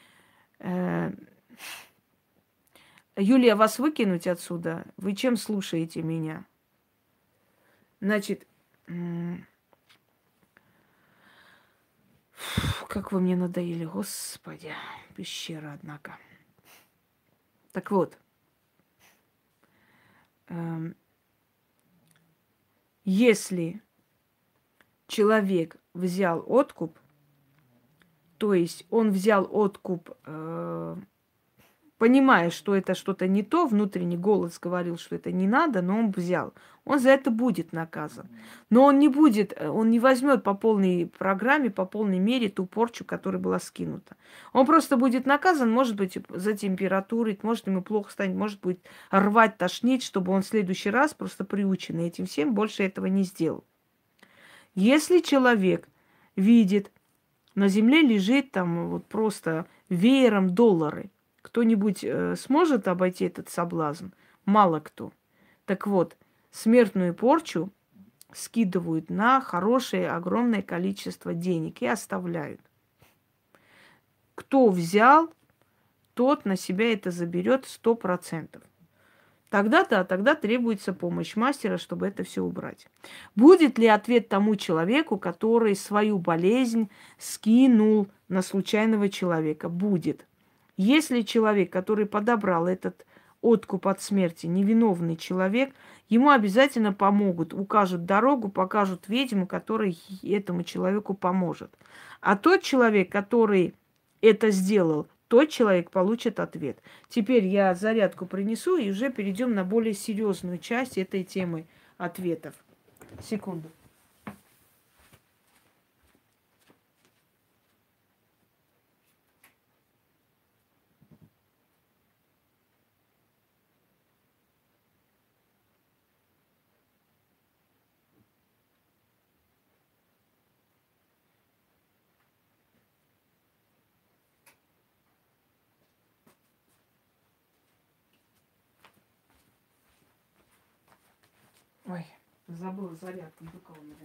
Юлия, вас выкинуть отсюда? Вы чем слушаете меня? Значит, как вы мне надоели, господи, пещера, однако. Так вот, если человек взял откуп, то есть он взял откуп, понимая, что это что-то не то, внутренний голос говорил, что это не надо, но он взял. Он за это будет наказан. Но он не возьмет по полной программе, по полной мере ту порчу, которая была скинута. Он просто будет наказан, может быть, за температурой, может, ему плохо станет, может быть, рвать, тошнить, чтобы он в следующий раз, просто приученный этим всем, больше этого не сделал. Если человек видит, на земле лежит там вот просто веером доллары, кто-нибудь сможет обойти этот соблазн? Мало кто. Так вот, смертную порчу скидывают на хорошее, огромное количество денег и оставляют. Кто взял, тот на себя это заберет 100%. тогда требуется помощь мастера, чтобы это все убрать. Будет ли ответ тому человеку, который свою болезнь скинул на случайного человека? Будет. Если человек, который подобрал этот откуп от смерти, невиновный человек, ему обязательно помогут, укажут дорогу, покажут ведьму, которая этому человеку поможет. А тот человек, который это сделал, тот человек получит ответ. Теперь я зарядку принесу и уже перейдем на более серьезную часть этой темы ответов. Секунду. Ой, забыла зарядку выполнить.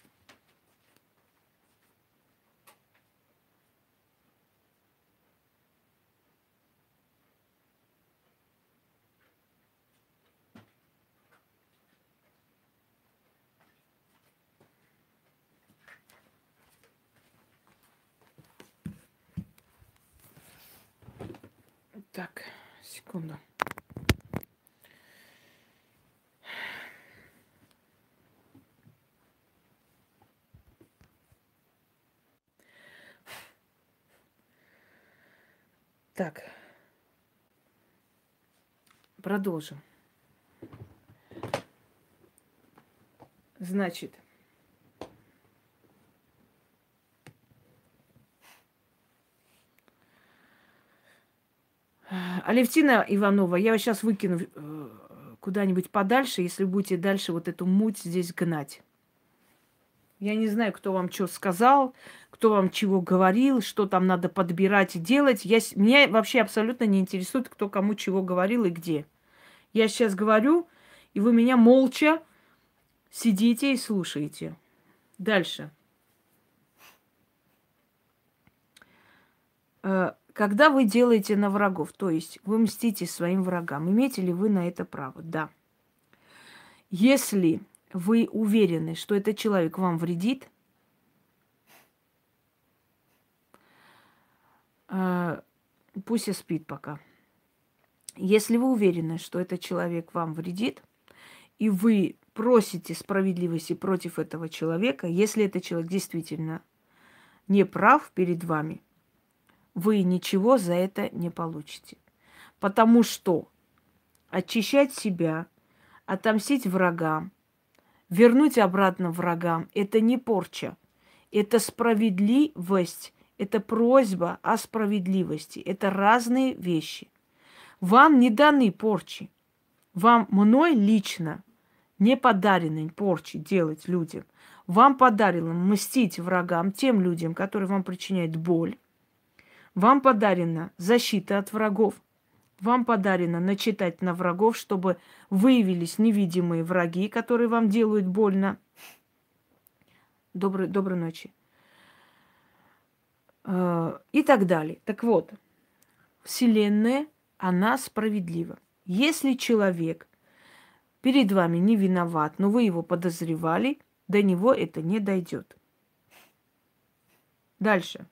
Так, секунду. Так, продолжим. Значит, Алевтина Иванова, я вас сейчас выкину куда-нибудь подальше, если будете дальше вот эту муть здесь гнать. Я не знаю, кто вам что сказал, кто вам чего говорил, что там надо подбирать и делать. Меня вообще абсолютно не интересует, кто кому чего говорил и где. Я сейчас говорю, и вы меня молча сидите и слушаете. Дальше. Когда вы делаете на врагов, то есть вы мстите своим врагам, имеете ли вы на это право? Да. Если вы уверены, что этот человек вам вредит, пусть и спит пока. Если вы уверены, что этот человек вам вредит, и вы просите справедливости против этого человека, если этот человек действительно не прав перед вами, вы ничего за это не получите. Потому что очищать себя, отомстить врагам, вернуть обратно врагам – это не порча, это справедливость, это просьба о справедливости, это разные вещи. Вам не даны порчи, вам мной лично не подарены порчи делать людям. Вам подарено мстить врагам, тем людям, которые вам причиняют боль. Вам подарена защита от врагов. Вам подарено начитать на врагов, чтобы выявились невидимые враги, которые вам делают больно. Доброй ночи. И так далее. Так вот, Вселенная, она справедлива. Если человек перед вами не виноват, но вы его подозревали, до него это не дойдет. Дальше.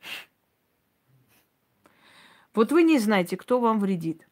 Вот вы не знаете, кто вам вредит.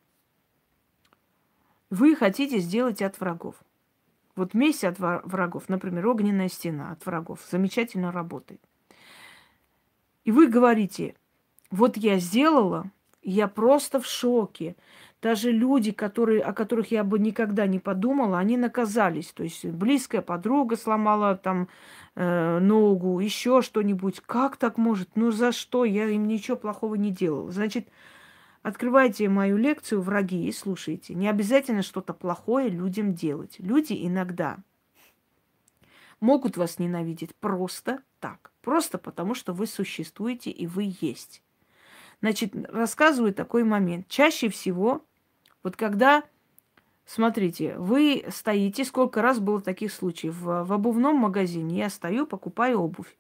Вы хотите сделать от врагов. Вот месть от врагов, например, огненная стена от врагов, замечательно работает. И вы говорите, вот я сделала, я просто в шоке. Даже люди, о которых я бы никогда не подумала, они наказались. То есть близкая подруга сломала там ногу, еще что-нибудь. Как так может? Ну за что? Я им ничего плохого не делала. Значит, открывайте мою лекцию «Враги» и слушайте. Не обязательно что-то плохое людям делать. Люди иногда могут вас ненавидеть просто так. Просто потому, что вы существуете и вы есть. Значит, рассказываю такой момент. Чаще всего, вот когда, смотрите, вы стоите, сколько раз было таких случаев, в обувном магазине я стою, покупаю обувь.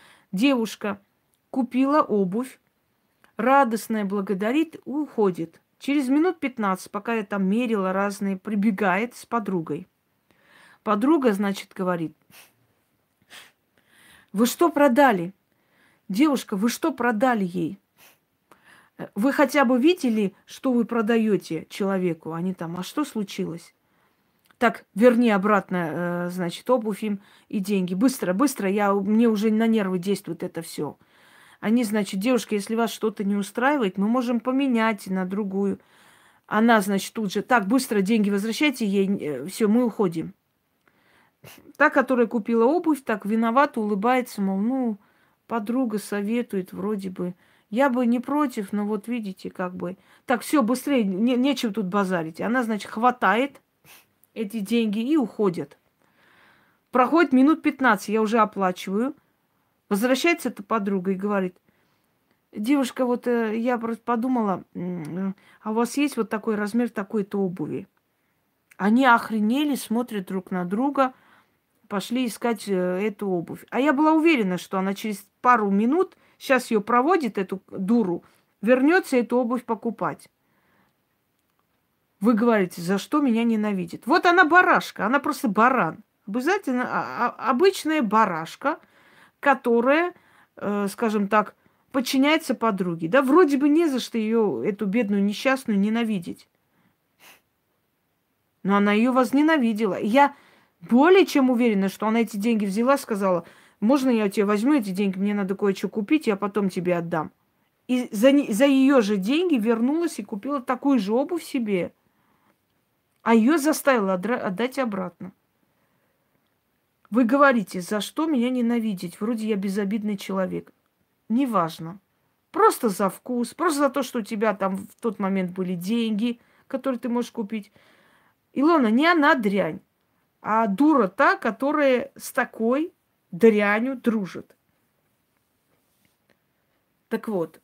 Девушка купила обувь, радостная, благодарит, уходит. Через минут 15, пока я там мерила разные, прибегает с подругой. Подруга, значит, говорит: вы что продали? Девушка, вы что продали ей? Вы хотя бы видели, что вы продаете человеку? Они там, а что случилось? Так, верни обратно, значит, обувь им и деньги. Быстро, быстро, мне уже на нервы действует это все. Они, значит, девушка, если вас что-то не устраивает, мы можем поменять на другую. Она, значит, тут же, так, быстро деньги возвращайте ей, все, мы уходим. Та, которая купила обувь, так виновата, улыбается, мол, ну, подруга советует, вроде бы. Я бы не против, но вот видите, как бы. Так, все, быстрее, нечего тут базарить. Она, значит, хватает эти деньги и уходит. Проходит минут 15, я уже оплачиваю. Возвращается эта подруга и говорит: девушка, вот я просто подумала, а у вас есть вот такой размер такой-то обуви? Они охренели, смотрят друг на друга, пошли искать эту обувь. А я была уверена, что она через пару минут, сейчас ее проводит, эту дуру, вернется эту обувь покупать. Вы говорите, за что меня ненавидит? Вот она барашка, она просто баран. Обязательно обычная барашка, которая, скажем так, подчиняется подруге. Да, вроде бы не за что ее, эту бедную несчастную, ненавидеть. Но она ее возненавидела. И я более чем уверена, что она эти деньги взяла, сказала: можно я у тебя возьму эти деньги, мне надо кое-что купить, я потом тебе отдам. И за ее же деньги вернулась и купила такую же обувь себе. А ее заставила отдать обратно. Вы говорите, за что меня ненавидеть? Вроде я безобидный человек. Неважно. Просто за вкус, просто за то, что у тебя там в тот момент были деньги, которые ты можешь купить. Илона, не она дрянь, а дура та, которая с такой дрянью дружит. Так вот,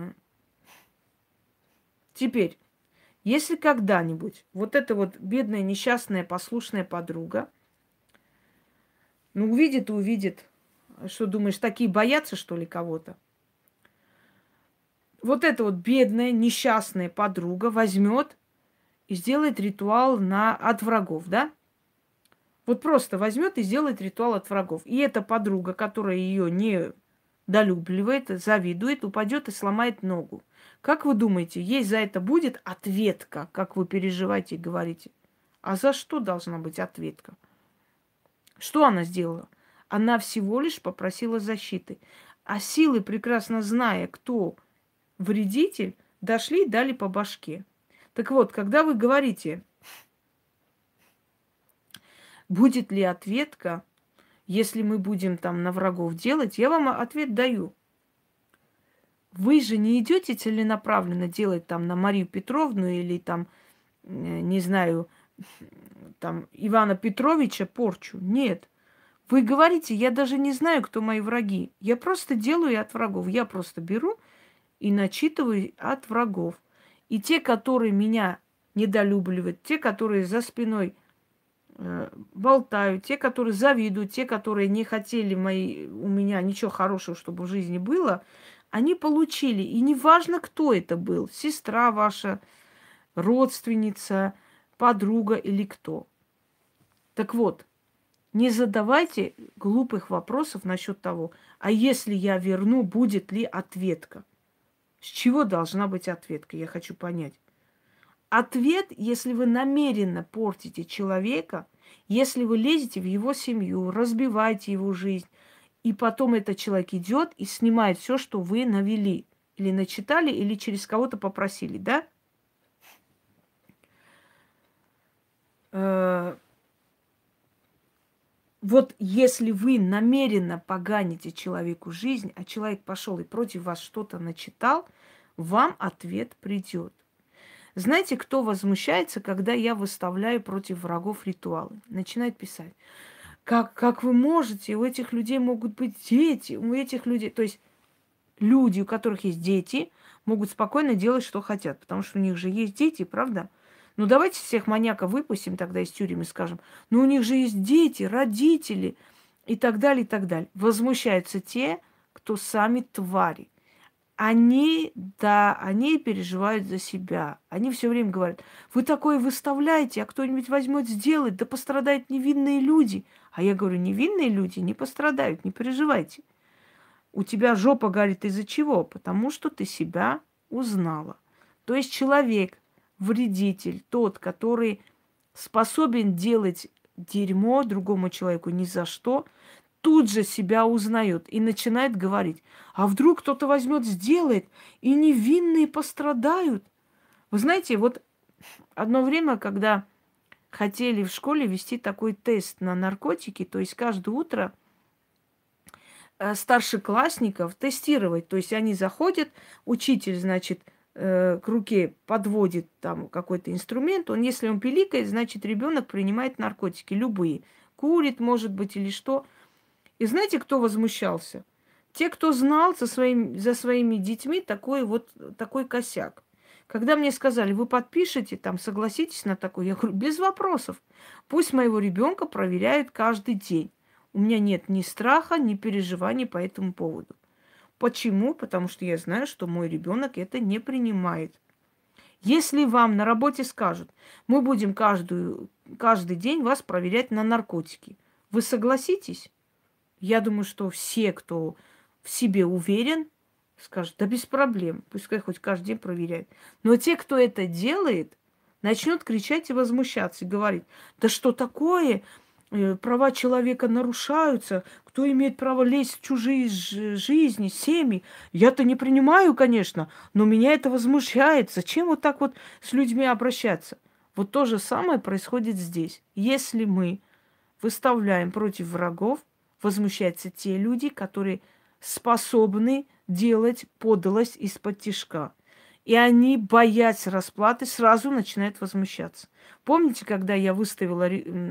теперь, если когда-нибудь вот эта вот бедная, несчастная, послушная подруга, ну, увидит и увидит, что думаешь, такие боятся, что ли, кого-то? Вот эта вот бедная, несчастная подруга возьмет и сделает ритуал от врагов, да? Вот просто возьмет и сделает ритуал от врагов. И эта подруга, которая ее не долюбливает, завидует, упадет и сломает ногу. Как вы думаете, ей за это будет ответка, как вы переживаете и говорите? А за что должна быть ответка? Что она сделала? Она всего лишь попросила защиты. А силы, прекрасно зная, кто вредитель, дошли и дали по башке. Так вот, когда вы говорите, будет ли ответка, если мы будем там на врагов делать, я вам ответ даю. Вы же не идете целенаправленно делать там на Марию Петровну или там, не знаю, там Ивана Петровича порчу. Нет. Вы говорите, я даже не знаю, кто мои враги. Я просто делаю от врагов. Я просто беру и начитываю от врагов. И те, которые меня недолюбливают, те, которые за спиной болтают, те, которые завидуют, те, которые не хотели у меня ничего хорошего, чтобы в жизни было, они получили. И неважно, кто это был, сестра ваша, родственница, подруга или кто. Так вот, не задавайте глупых вопросов насчет того, а если я верну, будет ли ответка? С чего должна быть ответка, я хочу понять. Ответ, если вы намеренно портите человека, если вы лезете в его семью, разбиваете его жизнь, и потом этот человек идет и снимает все, что вы навели, или начитали, или через кого-то попросили, да? Вот если вы намеренно поганите человеку жизнь, а человек пошел и против вас что-то начитал, вам ответ придет. Знаете, кто возмущается, когда я выставляю против врагов ритуалы? Начинает писать. Как вы можете? У этих людей могут быть дети. У этих людей... То есть люди, у которых есть дети, могут спокойно делать, что хотят. Потому что у них же есть дети, правда? Ну, давайте всех маньяков выпустим тогда из тюрьмы и скажем, ну, у них же есть дети, родители и так далее, и так далее. Возмущаются те, кто сами твари. Они, да, они переживают за себя. Они все время говорят, вы такое выставляете, а кто-нибудь возьмет сделать, да пострадают невинные люди. А я говорю, невинные люди не пострадают, не переживайте. У тебя жопа горит из-за чего? Потому что ты себя узнала. То есть человек, вредитель, тот, который способен делать дерьмо другому человеку ни за что, тут же себя узнает и начинает говорить, а вдруг кто-то возьмет, сделает, и невинные пострадают. Вы знаете, вот одно время, когда хотели в школе вести такой тест на наркотики, то есть каждое утро старшеклассников тестировать. То есть они заходят, учитель, значит, к руке подводит там какой-то инструмент. Он, если он пиликает, значит, ребенок принимает наркотики, любые. Курит, может быть, или что. И знаете, кто возмущался? Те, кто знал за своими детьми такой косяк. Когда мне сказали, вы подпишете, там, согласитесь на такой, я говорю, без вопросов. Пусть моего ребенка проверяют каждый день. У меня нет ни страха, ни переживаний по этому поводу. Почему? Потому что я знаю, что мой ребенок это не принимает. Если вам на работе скажут, мы будем каждый день вас проверять на наркотики, вы согласитесь? Я думаю, что все, кто в себе уверен, скажут, да без проблем, пускай хоть каждый день проверяют. Но те, кто это делает, начнут кричать и возмущаться, и говорить, да что такое, права человека нарушаются, кто имеет право лезть в чужие жизни, семьи. Я-то не принимаю, конечно, но меня это возмущает. Зачем вот так вот с людьми обращаться? Вот то же самое происходит здесь. Если мы выставляем против врагов, возмущаются те люди, которые способны делать подлость из-под тишка. И они, боясь расплаты, сразу начинают возмущаться. Помните, когда я выставила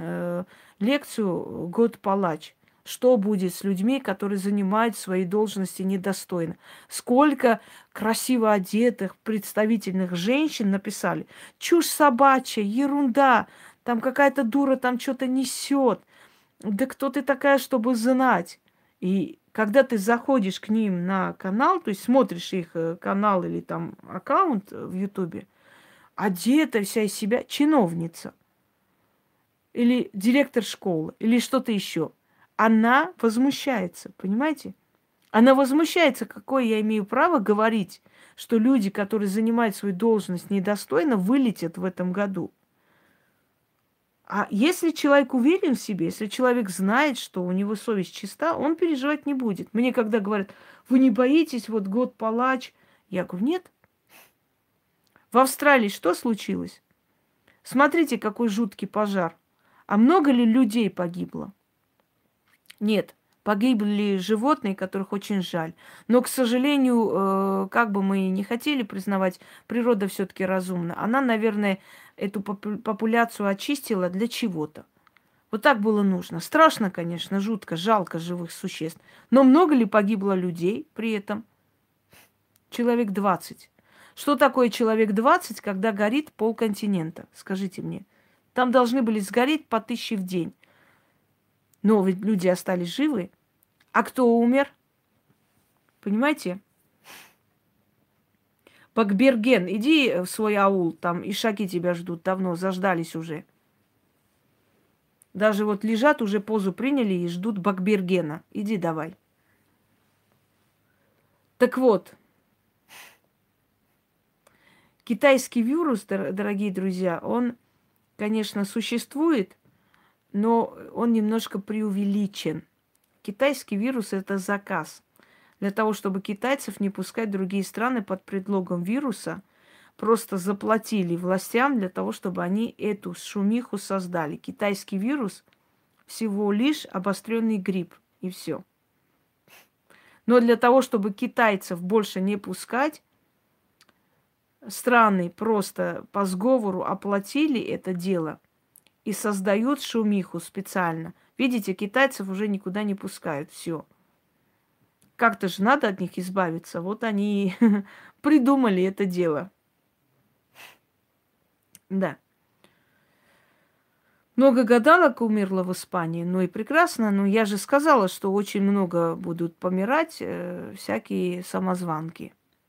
лекцию «Год палач»? Что будет с людьми, которые занимают свои должности недостойно? Сколько красиво одетых, представительных женщин написали. Чушь собачья, ерунда, там какая-то дура там что-то несет. Да кто ты такая, чтобы знать? И когда ты заходишь к ним на канал, то есть смотришь их канал или там аккаунт в Ютубе, одета вся из себя чиновница или директор школы или что-то еще, она возмущается, понимаете? Она возмущается, какое я имею право говорить, что люди, которые занимают свою должность недостойно, вылетят в этом году. А если человек уверен в себе, если человек знает, что у него совесть чиста, он переживать не будет. Мне когда говорят, вы не боитесь, вот год палач, я говорю, нет. В Австралии что случилось? Смотрите, какой жуткий пожар. А много ли людей погибло? Нет. Погибли животные, которых очень жаль. Но, к сожалению, как бы мы ни хотели признавать, природа все-таки разумна. Она, наверное, эту популяцию очистила для чего-то. Вот так было нужно. Страшно, конечно, жутко, жалко живых существ. Но много ли погибло людей при этом? Человек 20. Что такое человек 20, когда горит полконтинента? Скажите мне. Там должны были сгореть по 1000 в день. Но ведь люди остались живы. А кто умер? Понимаете? Бакберген, иди в свой аул, там ишаки тебя ждут давно, заждались уже. Даже вот лежат, уже позу приняли и ждут Бакбергена. Иди давай. Так вот, китайский вирус, дорогие друзья, он, конечно, существует, но он немножко преувеличен. Китайский вирус – это заказ. Для того, чтобы китайцев не пускать в другие страны под предлогом вируса, просто заплатили властям для того, чтобы они эту шумиху создали. Китайский вирус всего лишь обостренный грипп, и все. Но для того, чтобы китайцев больше не пускать, страны просто по сговору оплатили это дело и создают шумиху специально. Видите, китайцев уже никуда не пускают. Все. Как-то же надо от них избавиться. Вот они придумали это дело. Да. Много гадалок умерло в Испании. Ну и прекрасно. Но я же сказала, что очень много будут помирать всякие самозванки.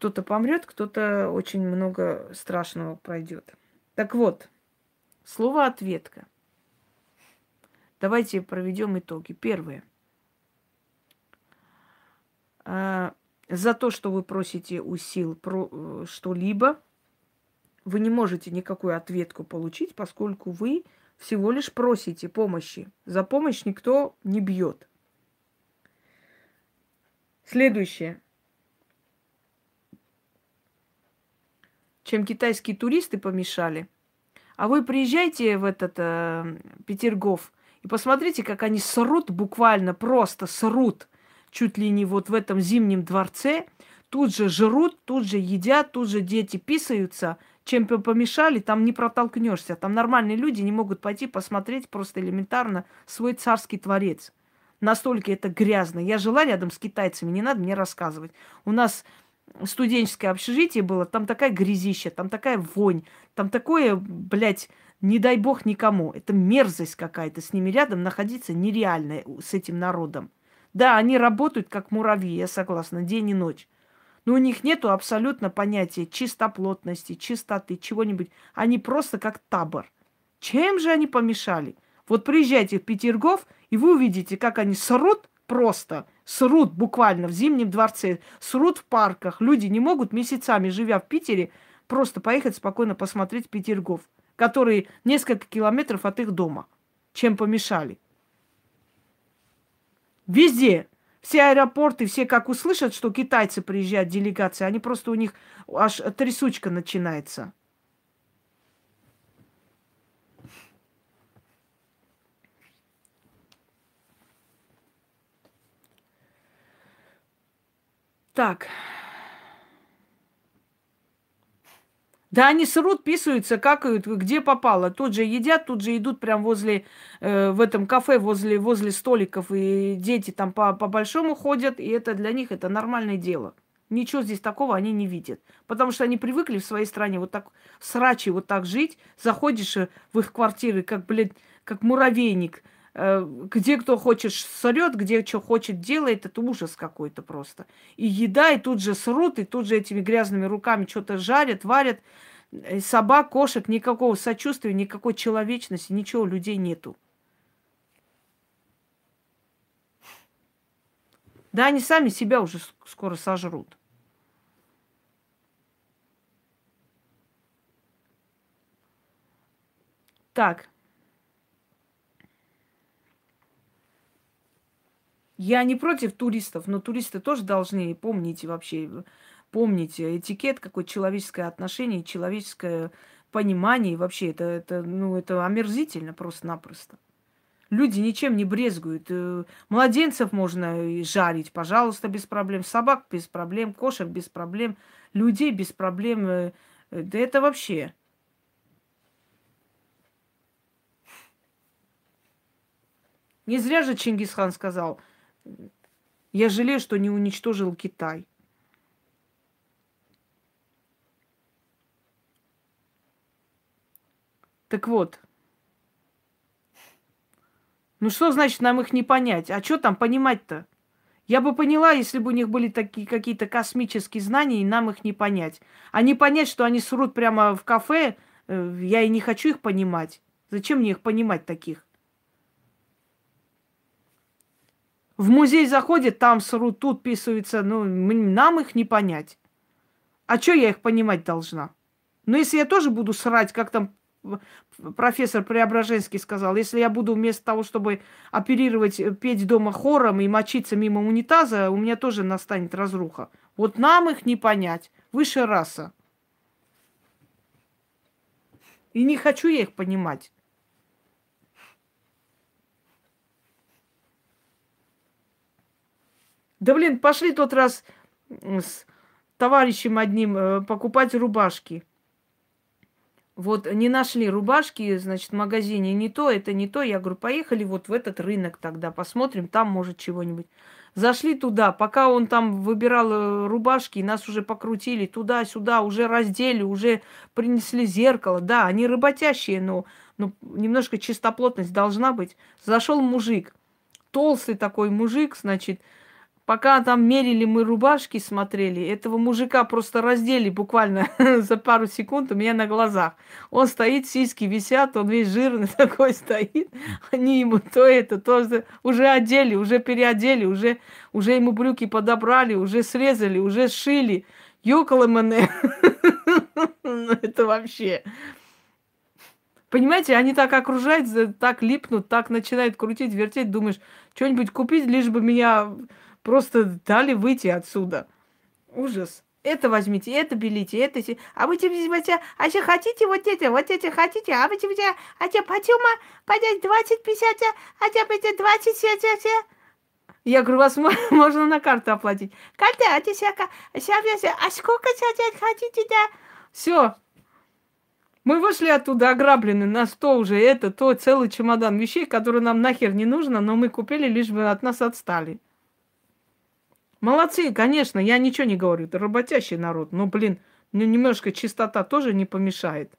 Кто-то помрет, кто-то очень много страшного пройдет. Так вот, слово ответка. Давайте проведем итоги. Первое. За то, что вы просите у сил что-либо, вы не можете никакую ответку получить, поскольку вы всего лишь просите помощи. За помощь никто не бьет. Следующее. Чем китайские туристы помешали. А вы приезжайте в этот Петергоф и посмотрите, как они срут, буквально просто срут, чуть ли не вот в этом Зимнем дворце. Тут же жрут, тут же едят, тут же дети писаются. Чем помешали, там не протолкнешься. Там нормальные люди не могут пойти посмотреть просто элементарно свой царский творец. Настолько это грязно. Я жила рядом с китайцами, не надо мне рассказывать. У нас студенческое общежитие было, там такая грязища, там такая вонь, там такое, блядь, не дай бог никому. Это мерзость какая-то, с ними рядом находиться нереально, с этим народом. Да, они работают как муравьи, я согласна, день и ночь. Но у них нету абсолютно понятия чистоплотности, чистоты, чего-нибудь. Они просто как табор. Чем же они помешали? Вот приезжайте в Петергоф, и вы увидите, как они срут просто. Срут буквально в Зимнем дворце, срут в парках. Люди не могут месяцами, живя в Питере, просто поехать спокойно посмотреть Петергоф, который несколько километров от их дома. Чем помешали? Везде. Все аэропорты, все как услышат, что китайцы приезжают, делегации, они просто у них аж трясучка начинается. Так. Да они срут, писаются, какают, где попало. Тут же едят, тут же идут прям возле, в этом кафе, возле столиков. И дети там по-большому ходят, и это для них это нормальное дело. Ничего здесь такого они не видят. Потому что они привыкли в своей стране вот так срачи вот так жить. Заходишь в их квартиры, как, блядь, как муравейник. Где кто хочет срет, где что хочет делает, это ужас какой-то просто. И еда, и тут же срут, и тут же этими грязными руками что-то жарят, варят. Собак, кошек, никакого сочувствия, никакой человечности, ничего у людей нету. Да, они сами себя уже скоро сожрут. Так. Я не против туристов, но туристы тоже должны помнить вообще, помнить этикет, какое человеческое отношение, человеческое понимание. И вообще это омерзительно просто-напросто. Люди ничем не брезгуют. Младенцев можно и жарить, пожалуйста, без проблем. Собак без проблем, кошек без проблем, людей без проблем. Да это вообще. Не зря же Чингисхан сказал, я жалею, что не уничтожил Китай. Так вот, ну что значит нам их не понять? А что там понимать-то? Я бы поняла, если бы у них были такие какие-то космические знания, и нам их не понять. А не понять, что они срут прямо в кафе, я и не хочу их понимать. Зачем мне их понимать таких? В музей заходят, там срут, тут писаются. Ну, нам их не понять. А что я их понимать должна? Ну, если я тоже буду срать, как там профессор Преображенский сказал, если я буду вместо того, чтобы оперировать, петь дома хором и мочиться мимо унитаза, у меня тоже настанет разруха. Вот нам их не понять. Высшая раса. И не хочу я их понимать. Да блин, пошли тот раз с товарищем одним покупать рубашки. Вот не нашли рубашки, значит, в магазине не то, это не то. Я говорю, поехали вот в этот рынок тогда, посмотрим, там может чего-нибудь. Зашли туда, пока он там выбирал рубашки, нас уже покрутили туда-сюда, уже раздели, уже принесли зеркало. Да, они работящие, но немножко чистоплотность должна быть. Зашел мужик, толстый такой мужик, значит, Пока там мерили мы рубашки, смотрели, этого мужика просто раздели буквально за пару секунд у меня на глазах. Он стоит, сиськи висят, он весь жирный такой стоит. Они ему то это, то уже одели, уже переодели, уже ему брюки подобрали, уже срезали, уже сшили. Ёкало мене. Ну, это вообще. Понимаете, они так окружают, так липнут, так начинают крутить, вертеть. Думаешь, что-нибудь купить, лишь бы меня просто дали выйти отсюда. Ужас. Это возьмите, это берите, это... А вы возьмите, а еще хотите вот эти хотите, а вы а те почему, подать 20-50, а те 20-70. Я говорю, вас можно на карту оплатить. Карта, а те а сколько сейчас хотите, да? Все, мы вышли оттуда ограблены на 100 уже это, то целый чемодан вещей, которые нам нахер не нужно, но мы купили, лишь бы от нас отстали. Молодцы, конечно, я ничего не говорю, это работящий народ, но, блин, ну немножко чистота тоже не помешает.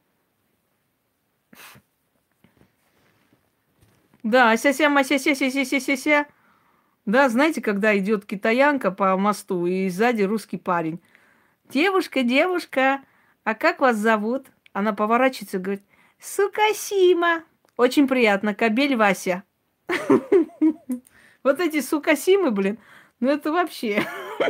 Да, ся-ся-ся-ся-ся-ся-ся-ся. Да, знаете, когда идет китаянка по мосту и сзади русский парень. Девушка, девушка, а как вас зовут? Она поворачивается и говорит, Сукасима. Очень приятно, кобель Вася. Вот эти Сукасимы, блин, ну это вообще.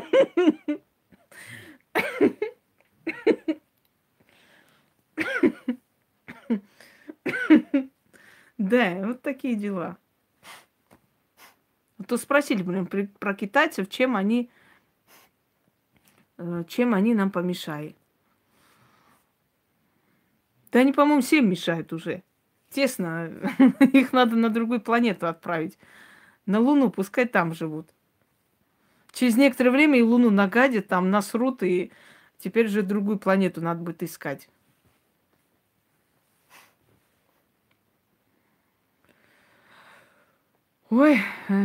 Да, вот такие дела. То спросили, блин, про китайцев, чем они нам помешали. Да они, по-моему, всем мешают уже. Тесно. Их надо на другую планету отправить. На Луну, пускай там живут. Через некоторое время и Луну нагадят, там насрут, и теперь же другую планету надо будет искать. Ой.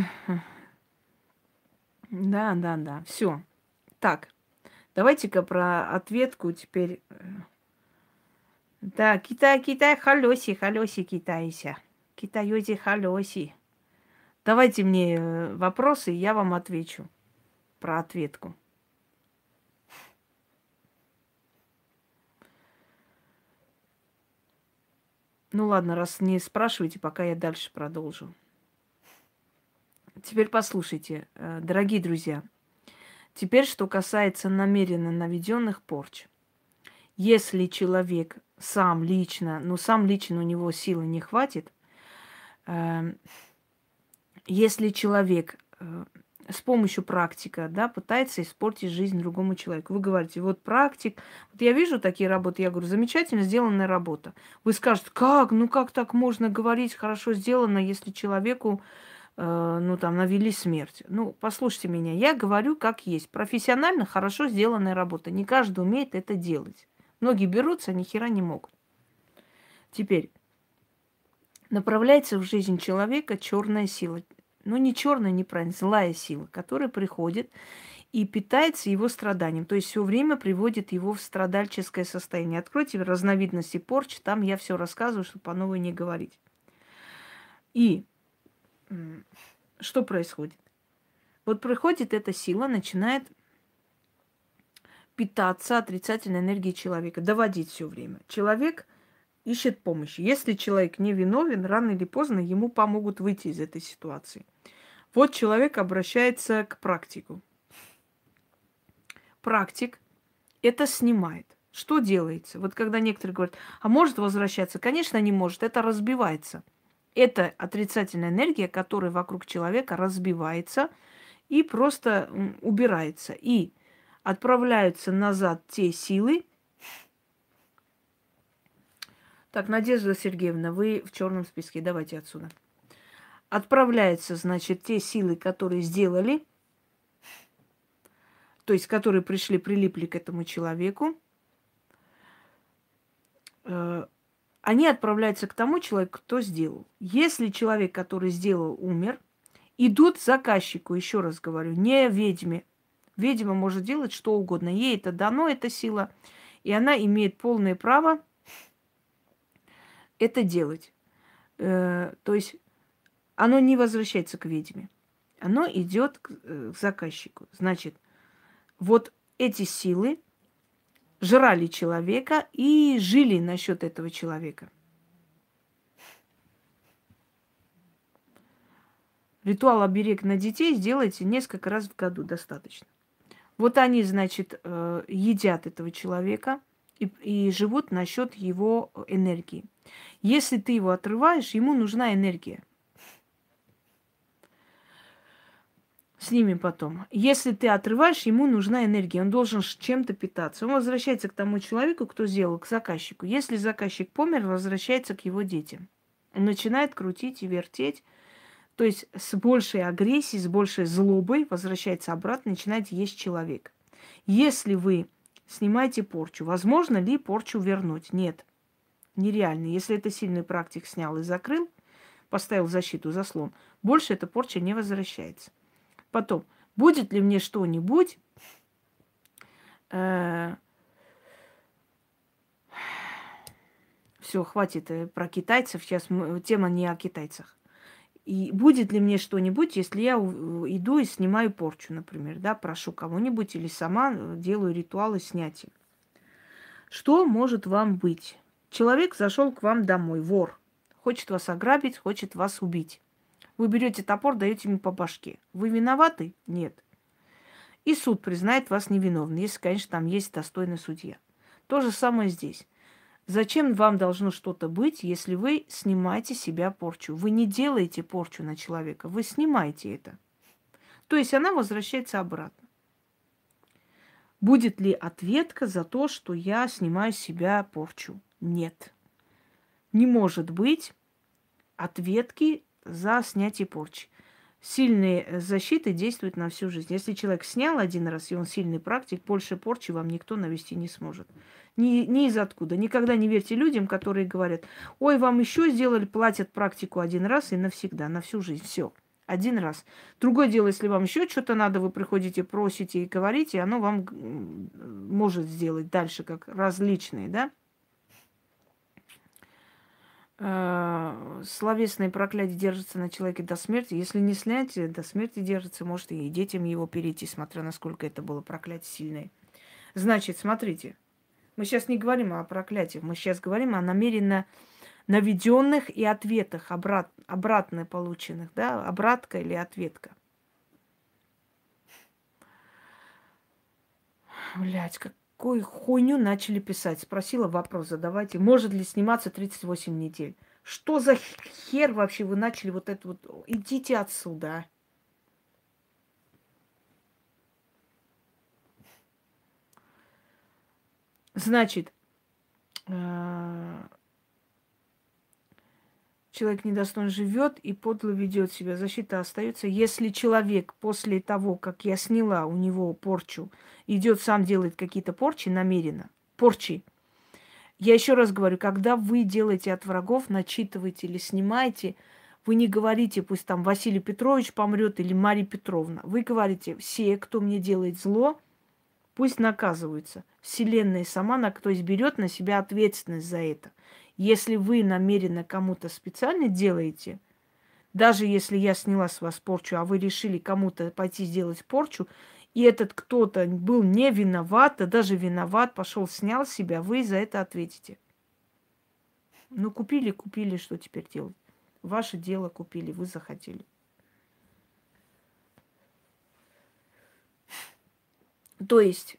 Да. Все. Так. Давайте-ка про ответку теперь. Да, Китай, халёси, китайся. Китайози, халёси. Давайте мне вопросы, я вам отвечу про ответку. Ну ладно, раз не спрашивайте, пока я дальше продолжу. Теперь послушайте, дорогие друзья. Теперь, что касается намеренно наведенных порч. Если человек сам лично у него силы не хватит, если человек с помощью практика, да, пытается испортить жизнь другому человеку. Вы говорите, вот практик, вот я вижу такие работы, я говорю, замечательно сделанная работа. Вы скажете, как, ну как так можно говорить, хорошо сделано, если человеку, навели смерть. Ну, послушайте меня, я говорю, как есть. Профессионально хорошо сделанная работа. Не каждый умеет это делать. Многие берутся, ни хера не могут. Теперь, направляется в жизнь человека черная сила. Ну, не черная, неправильно, злая сила, которая приходит и питается его страданием. То есть все время приводит его в страдальческое состояние. Откройте разновидности порч, там я все рассказываю, чтобы по новой не говорить. И что происходит? Вот приходит эта сила, начинает питаться отрицательной энергией человека, доводить все время. Человек ищет помощи. Если человек не виновен, рано или поздно ему помогут выйти из этой ситуации. Вот человек обращается к практику. Практик это снимает. Что делается? Вот когда некоторые говорят, а может возвращаться? Конечно, не может. Это разбивается. Это отрицательная энергия, которая вокруг человека разбивается и просто убирается. И отправляются назад те силы. Так, Надежда Сергеевна, вы в черном списке. Давайте отсюда. Отправляются, значит, те силы, которые сделали, то есть которые пришли, прилипли к этому человеку. Они отправляются к тому человеку, кто сделал. Если человек, который сделал, умер, идут заказчику, еще раз говорю, не ведьме. Ведьма может делать что угодно. Ей это дано, эта сила, и она имеет полное право это делать. То есть оно не возвращается к ведьме. оно идет к заказчику. Значит, вот эти силы жрали человека и жили насчет этого человека. Ритуал оберег на детей сделайте несколько раз в году, достаточно. Вот они, значит, едят этого человека и живут насчет его энергии. Если ты его отрываешь, ему нужна энергия. Снимем потом. Если ты отрываешь, ему нужна энергия. Он должен чем-то питаться. Он возвращается к тому человеку, кто сделал, к заказчику. Если заказчик помер, возвращается к его детям. Он начинает крутить и вертеть. То есть с большей агрессией, с большей злобой возвращается обратно, начинает есть человек. Если вы снимаете порчу, возможно ли порчу вернуть? Нет, нереально. Если это сильный практик снял и закрыл, поставил защиту, заслон, больше эта порча не возвращается. Потом, будет ли мне что-нибудь, все, хватит про китайцев, сейчас тема не о китайцах. И будет ли мне что-нибудь, если я иду и снимаю порчу, например, да, прошу кого-нибудь или сама делаю ритуалы снятия. Что может вам быть? Человек зашел к вам домой, вор, хочет вас ограбить, хочет вас убить. Вы берете топор, даете ему по башке. Вы виноваты? Нет. И суд признает вас невиновным, если, конечно, там есть достойный судья. То же самое здесь. Зачем вам должно что-то быть, если вы снимаете с себя порчу? Вы не делаете порчу на человека, вы снимаете это. То есть она возвращается обратно. Будет ли ответка за то, что я снимаю с себя порчу? Нет. Не может быть ответки за снятие порчи. Сильные защиты действуют на всю жизнь. Если человек снял один раз, и он сильный практик, больше порчи вам никто навести не сможет. Ни из откуда. Никогда не верьте людям, которые говорят: ой, вам еще сделали, платят практику один раз и навсегда, на всю жизнь. Все. Один раз. Другое дело, если вам еще что-то надо, вы приходите, просите и говорите, оно вам может сделать дальше, как различные, да? Словесное проклятие держится на человеке до смерти. Если не снять, до смерти держится, может и детям его перейти, смотря насколько это было проклятие сильное. Значит, смотрите, мы сейчас не говорим о проклятии, мы сейчас говорим о намеренно наведенных и ответах, обратно полученных, да, обратка или ответка. Блять, какую хуйню начали писать? Спросила, вопрос задавайте. Может ли сниматься 38 недель? Что за хер вообще вы начали вот это вот? Идите отсюда. Значит, человек недостойно живет и подло ведет себя. Защита остается. Если человек после того, как я сняла у него порчу, идет сам делает какие-то порчи намеренно, порчи. Я еще раз говорю, когда вы делаете от врагов, начитываете или снимаете, вы не говорите, пусть там Василий Петрович помрет или Мария Петровна. Вы говорите, все, кто мне делает зло, пусть наказываются. Вселенная сама, то есть берет на себя ответственность за это. Если вы намеренно кому-то специально делаете, даже если я сняла с вас порчу, а вы решили кому-то пойти сделать порчу, и этот кто-то был не виноват, а даже виноват, пошел, снял себя, вы за это ответите. Ну, купили, что теперь делать? Ваше дело купили, вы захотели. То есть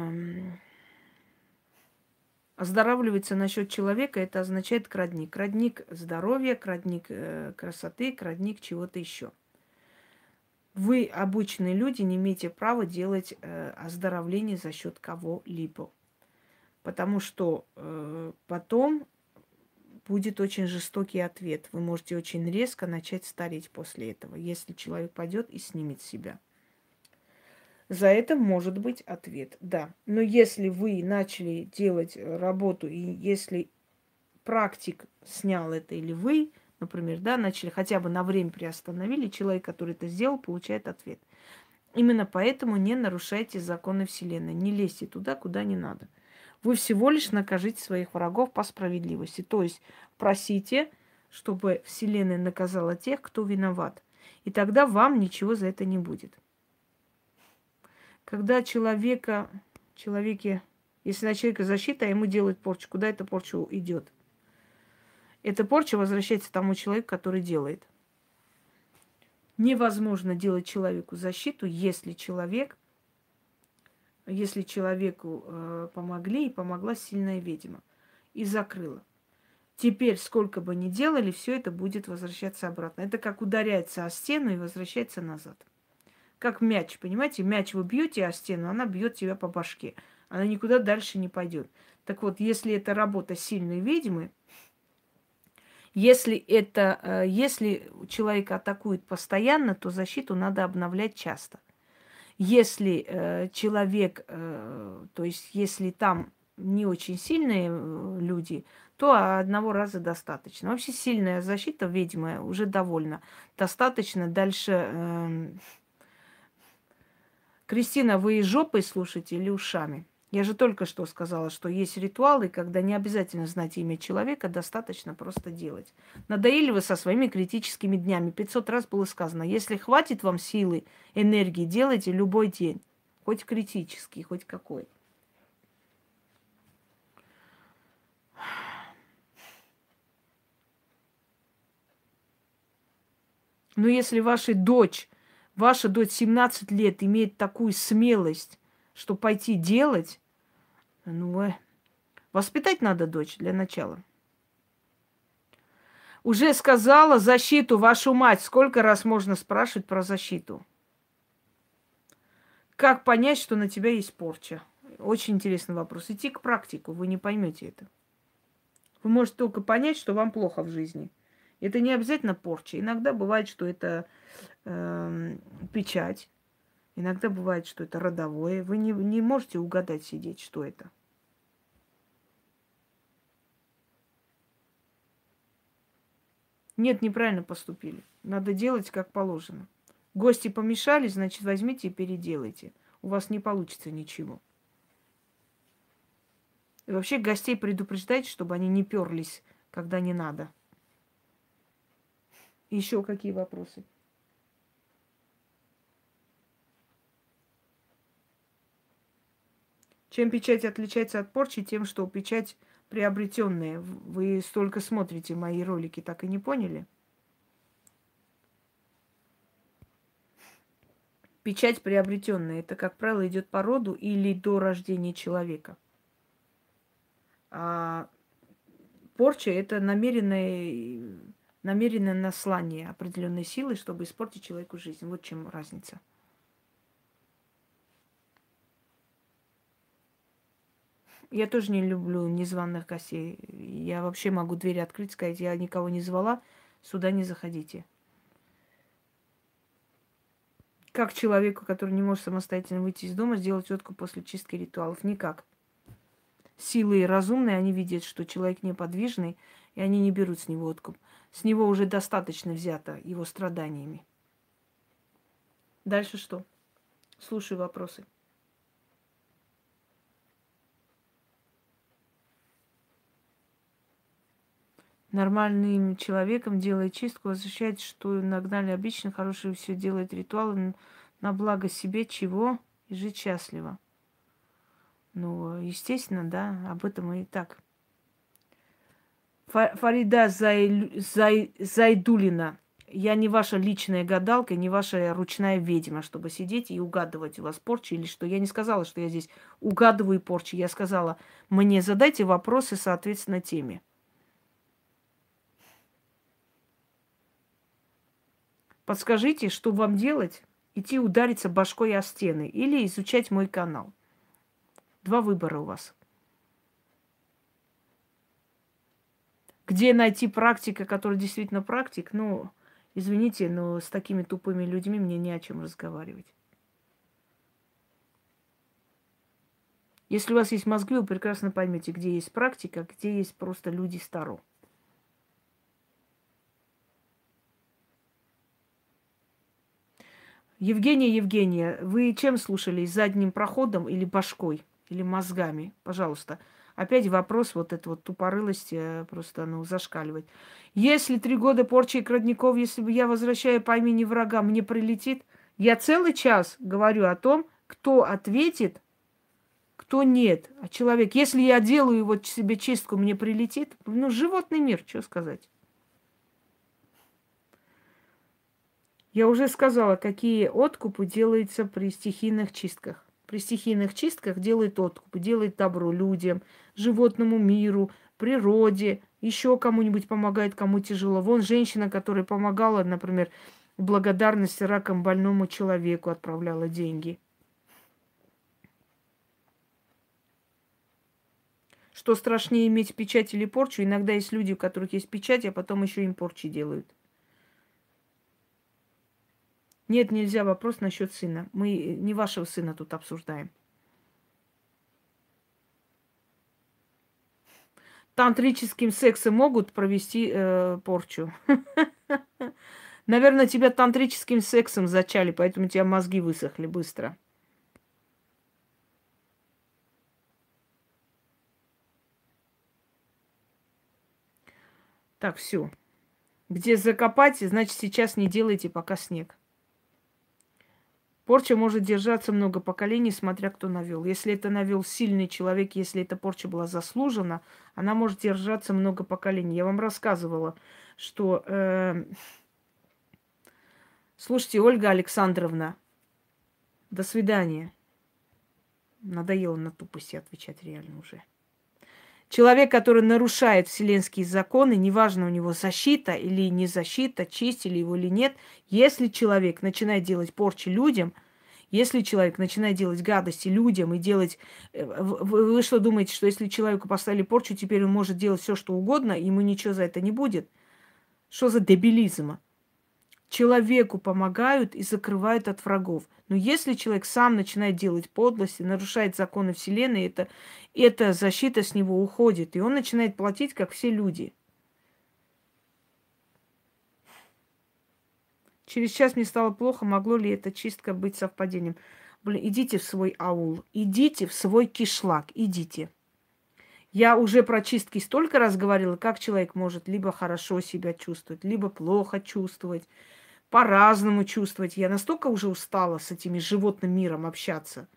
оздоравливается насчет человека, это означает крадник. Крадник здоровья, крадник красоты, крадник чего-то еще. Вы, обычные люди, не имеете права делать оздоровление за счет кого-либо. Потому что потом будет очень жестокий ответ. Вы можете очень резко начать стареть после этого, если человек пойдет и снимет себя. За это может быть ответ, да. Но если вы начали делать работу, и если практик снял это, или вы, например, да, начали хотя бы на время приостановили, человек, который это сделал, получает ответ. Именно поэтому не нарушайте законы Вселенной, не лезьте туда, куда не надо. Вы всего лишь накажите своих врагов по справедливости. То есть просите, чтобы Вселенная наказала тех, кто виноват. И тогда вам ничего за это не будет. Когда человеке, если на человека защита, а ему делают порчу, куда эта порча идет? Эта порча возвращается тому человеку, который делает. Невозможно делать человеку защиту, если человеку помогли и помогла сильная ведьма и закрыла. Теперь, сколько бы ни делали, все это будет возвращаться обратно. Это как ударяется о стену и возвращается назад. Как мяч, понимаете? Мяч вы бьете о стену, она бьет тебя по башке. Она никуда дальше не пойдет. Так вот, если это работа сильной ведьмы, если человека атакует постоянно, то защиту надо обновлять часто. Если то есть если там не очень сильные люди, то одного раза достаточно. Вообще сильная защита ведьмы уже довольно достаточно. Дальше, Кристина, вы жопой слушаете или ушами? Я же только что сказала, что есть ритуалы, когда не обязательно знать имя человека, достаточно просто делать. Надоели вы со своими критическими днями. 500 раз было сказано, если хватит вам силы, энергии, делайте любой день. Хоть критический, хоть какой. Но если ваша дочь 17 лет имеет такую смелость, что пойти делать, воспитать надо дочь для начала. Уже сказала защиту, вашу мать. Сколько раз можно спрашивать про защиту? Как понять, что на тебя есть порча? Очень интересный вопрос. Идти к практику, вы не поймете это. Вы можете только понять, что вам плохо в жизни. Это не обязательно порча. Иногда бывает, что это печать. Иногда бывает, что это родовое. Вы не можете угадать сидеть, что это. Нет, неправильно поступили. Надо делать как положено. Гости помешали, значит, возьмите и переделайте. У вас не получится ничего. И вообще гостей предупреждайте, чтобы они не перлись, когда не надо. Еще какие вопросы? Чем печать отличается от порчи? Тем, что печать приобретенная. Вы столько смотрите мои ролики, так и не поняли? Печать приобретенная. Это, как правило, идет по роду или до рождения человека. А порча – это намеренное наслание определенной силы, чтобы испортить человеку жизнь. Вот в чем разница. Я тоже не люблю незваных гостей. Я вообще могу дверь открыть, сказать, я никого не звала, сюда не заходите. Как человеку, который не может самостоятельно выйти из дома, сделать откуп после чистки ритуалов? Никак. Силы разумные, они видят, что человек неподвижный, и они не берут с него откуп. С него уже достаточно взято его страданиями. Дальше что? Слушаю вопросы. Нормальным человеком делает чистку, возвращает, что нагнали обычно, хорошее все делает ритуалы на благо себе, чего, и жить счастливо. Ну, естественно, да, об этом и так. Фарида Зайдулина. Я не ваша личная гадалка, не ваша ручная ведьма, чтобы сидеть и угадывать у вас порчи или что. Я не сказала, что я здесь угадываю порчи. Я сказала, мне задайте вопросы соответственно теме. Подскажите, что вам делать? Идти удариться башкой о стены или изучать мой канал? Два выбора у вас. Где найти практика, который действительно практик? Ну, извините, но с такими тупыми людьми мне не о чем разговаривать. Если у вас есть мозги, вы прекрасно поймете, где есть практика, где есть просто люди старо. Евгения, вы чем слушали? Задним проходом или башкой? Или мозгами? Пожалуйста. Опять вопрос, вот эта вот тупорылость просто, ну, зашкаливает. Если 3 года порчи и родников, если бы я возвращаю по имени врага, мне прилетит? Я целый час говорю о том, кто ответит, кто нет. А человек, если я делаю вот себе чистку, мне прилетит? Ну, животный мир, что сказать. Я уже сказала, какие откупы делаются при стихийных чистках. При стихийных чистках делают откупы, делают добро людям, животному миру, природе, еще кому-нибудь помогает, кому тяжело. Вон женщина, которая помогала, например, в благодарность раком больному человеку отправляла деньги. Что страшнее иметь печать или порчу? Иногда есть люди, у которых есть печать, а потом еще им порчи делают. Нет, нельзя, вопрос насчет сына. Мы не вашего сына тут обсуждаем. Тантрическим сексом могут провести порчу. Наверное, тебя тантрическим сексом зачали, поэтому у тебя мозги высохли быстро. Так, все. Где закопать, значит, сейчас не делайте, пока снег. Порча может держаться много поколений, смотря кто навел. Если это навел сильный человек, если эта порча была заслужена, она может держаться много поколений. Я вам рассказывала, что... Слушайте, Ольга Александровна, до свидания. Надоело на тупости отвечать реально уже. Человек, который нарушает вселенские законы, неважно, у него защита или не защита, чистили его или нет, если человек начинает делать порчи людям, если человек начинает делать гадости людям и делать... Вы что думаете, что если человеку поставили порчу, теперь он может делать все, что угодно, ему ничего за это не будет? Что за дебилизм? Человеку помогают и закрывают от врагов. Но если человек сам начинает делать подлости, нарушает законы Вселенной, эта защита с него уходит, и он начинает платить, как все люди. Через час мне стало плохо, могло ли эта чистка быть совпадением? Блин, идите в свой аул, идите в свой кишлак, идите. Я уже про чистки столько раз говорила, как человек может либо хорошо себя чувствовать, либо плохо чувствовать, по-разному чувствовать. Я настолько уже устала с этими животным миром общаться.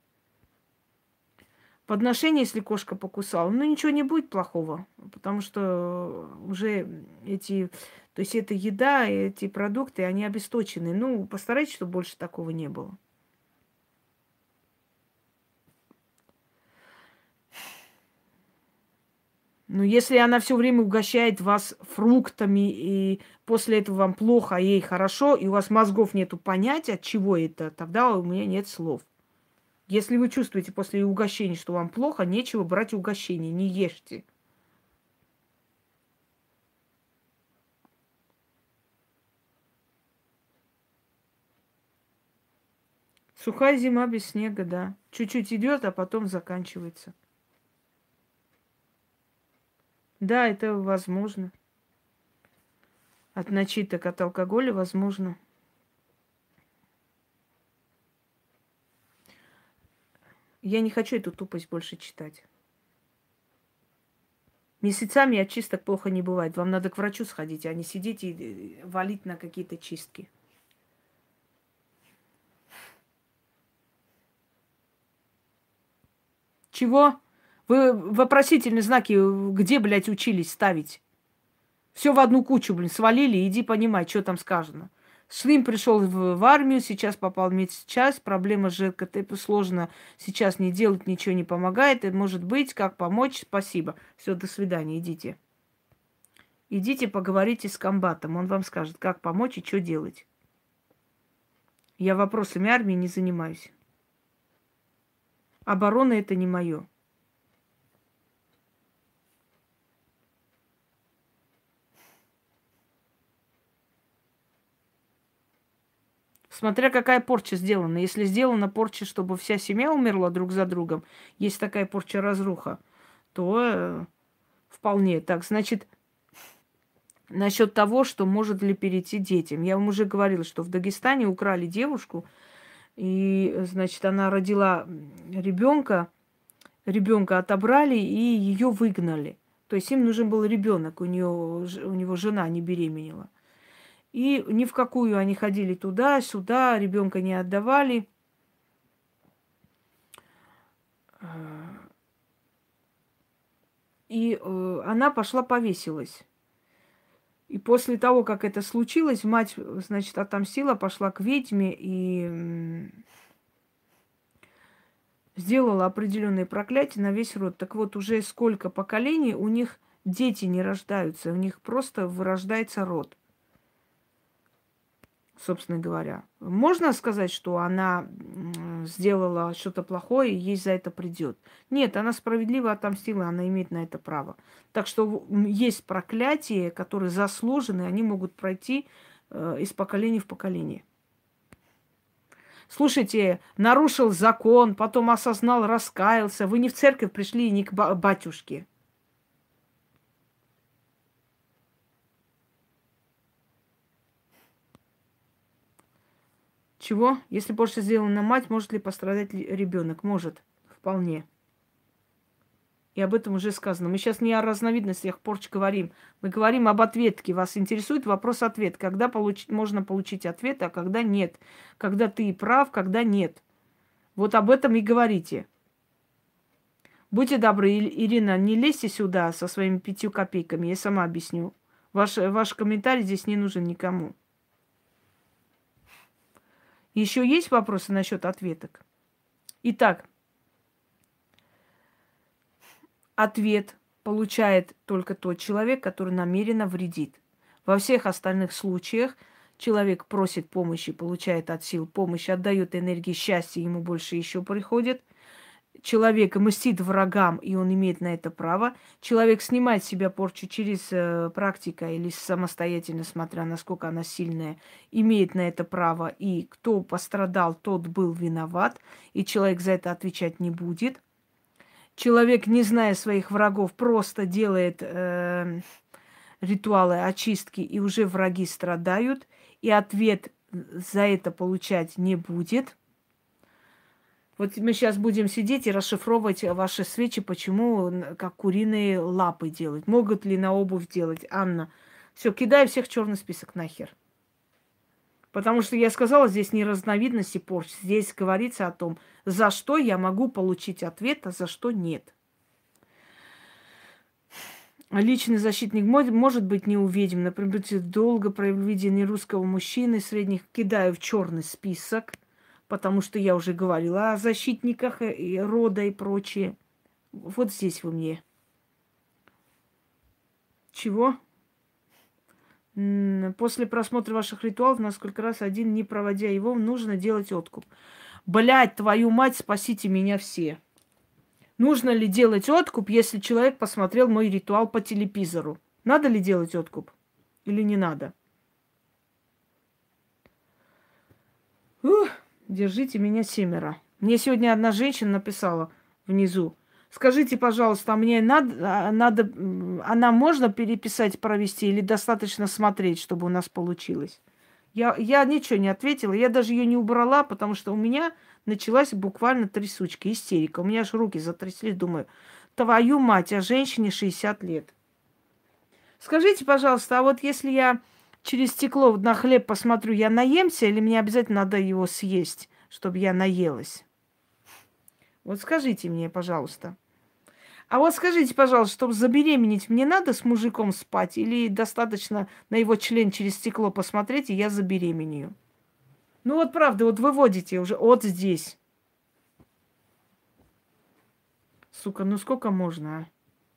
Подношение, если кошка покусала, ну ничего не будет плохого, потому что уже эти, то есть эта еда, эти продукты, они обесточены. Ну, постарайтесь, чтобы больше такого не было. Но если она все время угощает вас фруктами, и после этого вам плохо, а ей хорошо, и у вас мозгов нету понять, от чего это, тогда у меня нет слов. Если вы чувствуете после угощения, что вам плохо, нечего брать угощение, не ешьте. Сухая зима без снега, да. Чуть-чуть идет, а потом заканчивается. Да, это возможно. От начиток от алкоголя возможно. Я не хочу эту тупость больше читать. Месяцами от чисток плохо не бывает. Вам надо к врачу сходить, а не сидеть и валить на какие-то чистки. Чего? Вы вопросительные знаки где, блядь, учились ставить? Все в одну кучу, блин, свалили, иди понимай, что там сказано. Сын пришел в армию, сейчас попал в медчасть, проблема с ЖКТ сложно, сейчас не делать, ничего не помогает. Это может быть, как помочь, спасибо. Все, до свидания, идите. Идите поговорите с комбатом, он вам скажет, как помочь и что делать. Я вопросами армии не занимаюсь. Оборона это не мое. Смотря какая порча сделана. Если сделана порча, чтобы вся семья умерла друг за другом, есть такая порча разруха, то вполне так. Значит, насчет того, что может ли перейти детям. Я вам уже говорила, что в Дагестане украли девушку, и, значит, она родила ребенка, ребенка отобрали и ее выгнали. То есть им нужен был ребенок, у него жена не беременела. И ни в какую они ходили туда-сюда, ребенка не отдавали. И она пошла повесилась. И после того, как это случилось, мать, значит, отомстила, пошла к ведьме и сделала определенные проклятия на весь род. Так вот, уже сколько поколений у них дети не рождаются, у них просто вырождается род, собственно говоря. Можно сказать, что она сделала что-то плохое, и ей за это придет? Нет, она справедливо отомстила, она имеет на это право. Так что есть проклятия, которые заслужены, они могут пройти из поколения в поколение. Слушайте, нарушил закон, потом осознал, раскаялся. Вы не в церковь пришли и не к батюшке. Чего? Если больше сделано мать, может ли пострадать ребенок? Может, вполне. И об этом уже сказано. Мы сейчас не о разновидностях порч говорим. Мы говорим об ответке. Вас интересует вопрос-ответ. Когда можно получить ответ, а когда нет. Когда ты прав, когда нет. Вот об этом и говорите. Будьте добры, Ирина, не лезьте сюда со своими 5 копейками. Я сама объясню. Ваш комментарий здесь не нужен никому. Еще есть вопросы насчет ответок? Итак, ответ получает только тот человек, который намеренно вредит. Во всех остальных случаях человек просит помощи, получает от сил помощь, отдает энергии счастья, ему больше еще приходит. Человек мстит врагам, и он имеет на это право. Человек снимает с себя порчу через практика или самостоятельно, смотря насколько она сильная, имеет на это право. И кто пострадал, тот был виноват, и человек за это отвечать не будет. Человек, не зная своих врагов, просто делает ритуалы очистки, и уже враги страдают, и ответ за это получать не будет. Вот мы сейчас будем сидеть и расшифровывать ваши свечи, почему как куриные лапы делать. Могут ли на обувь делать? Анна, все, кидай всех в черный список нахер. Потому что я сказала, здесь не разновидности порч. Здесь говорится о том, за что я могу получить ответ, а за что нет. Личный защитник может быть не у ведьм. Например, долго проведение русского мужчины средних кидаю в черный список. Потому что я уже говорила о защитниках и рода и прочее. Вот здесь вы мне. Чего? После просмотра ваших ритуалов, насколько раз один, не проводя его, нужно делать откуп. Блядь, твою мать, спасите меня все. Нужно ли делать откуп, если человек посмотрел мой ритуал по телевизору? Надо ли делать откуп? Или не надо? Держите меня 7. Мне сегодня одна женщина написала внизу. Скажите, пожалуйста, а мне она можно переписать, провести или достаточно смотреть, чтобы у нас получилось? Я ничего не ответила, я даже ее не убрала, потому что у меня началась буквально трясучка, истерика. У меня аж руки затряслись, думаю, твою мать, а женщине 60 лет. Скажите, пожалуйста, а вот если я через стекло на хлеб посмотрю, я наемся или мне обязательно надо его съесть, чтобы я наелась? Вот скажите мне, пожалуйста. А вот скажите, пожалуйста, чтобы забеременеть, мне надо с мужиком спать или достаточно на его член через стекло посмотреть, и я забеременею? Ну вот правда, вот выводите уже вот здесь. Сука, ну сколько можно, а?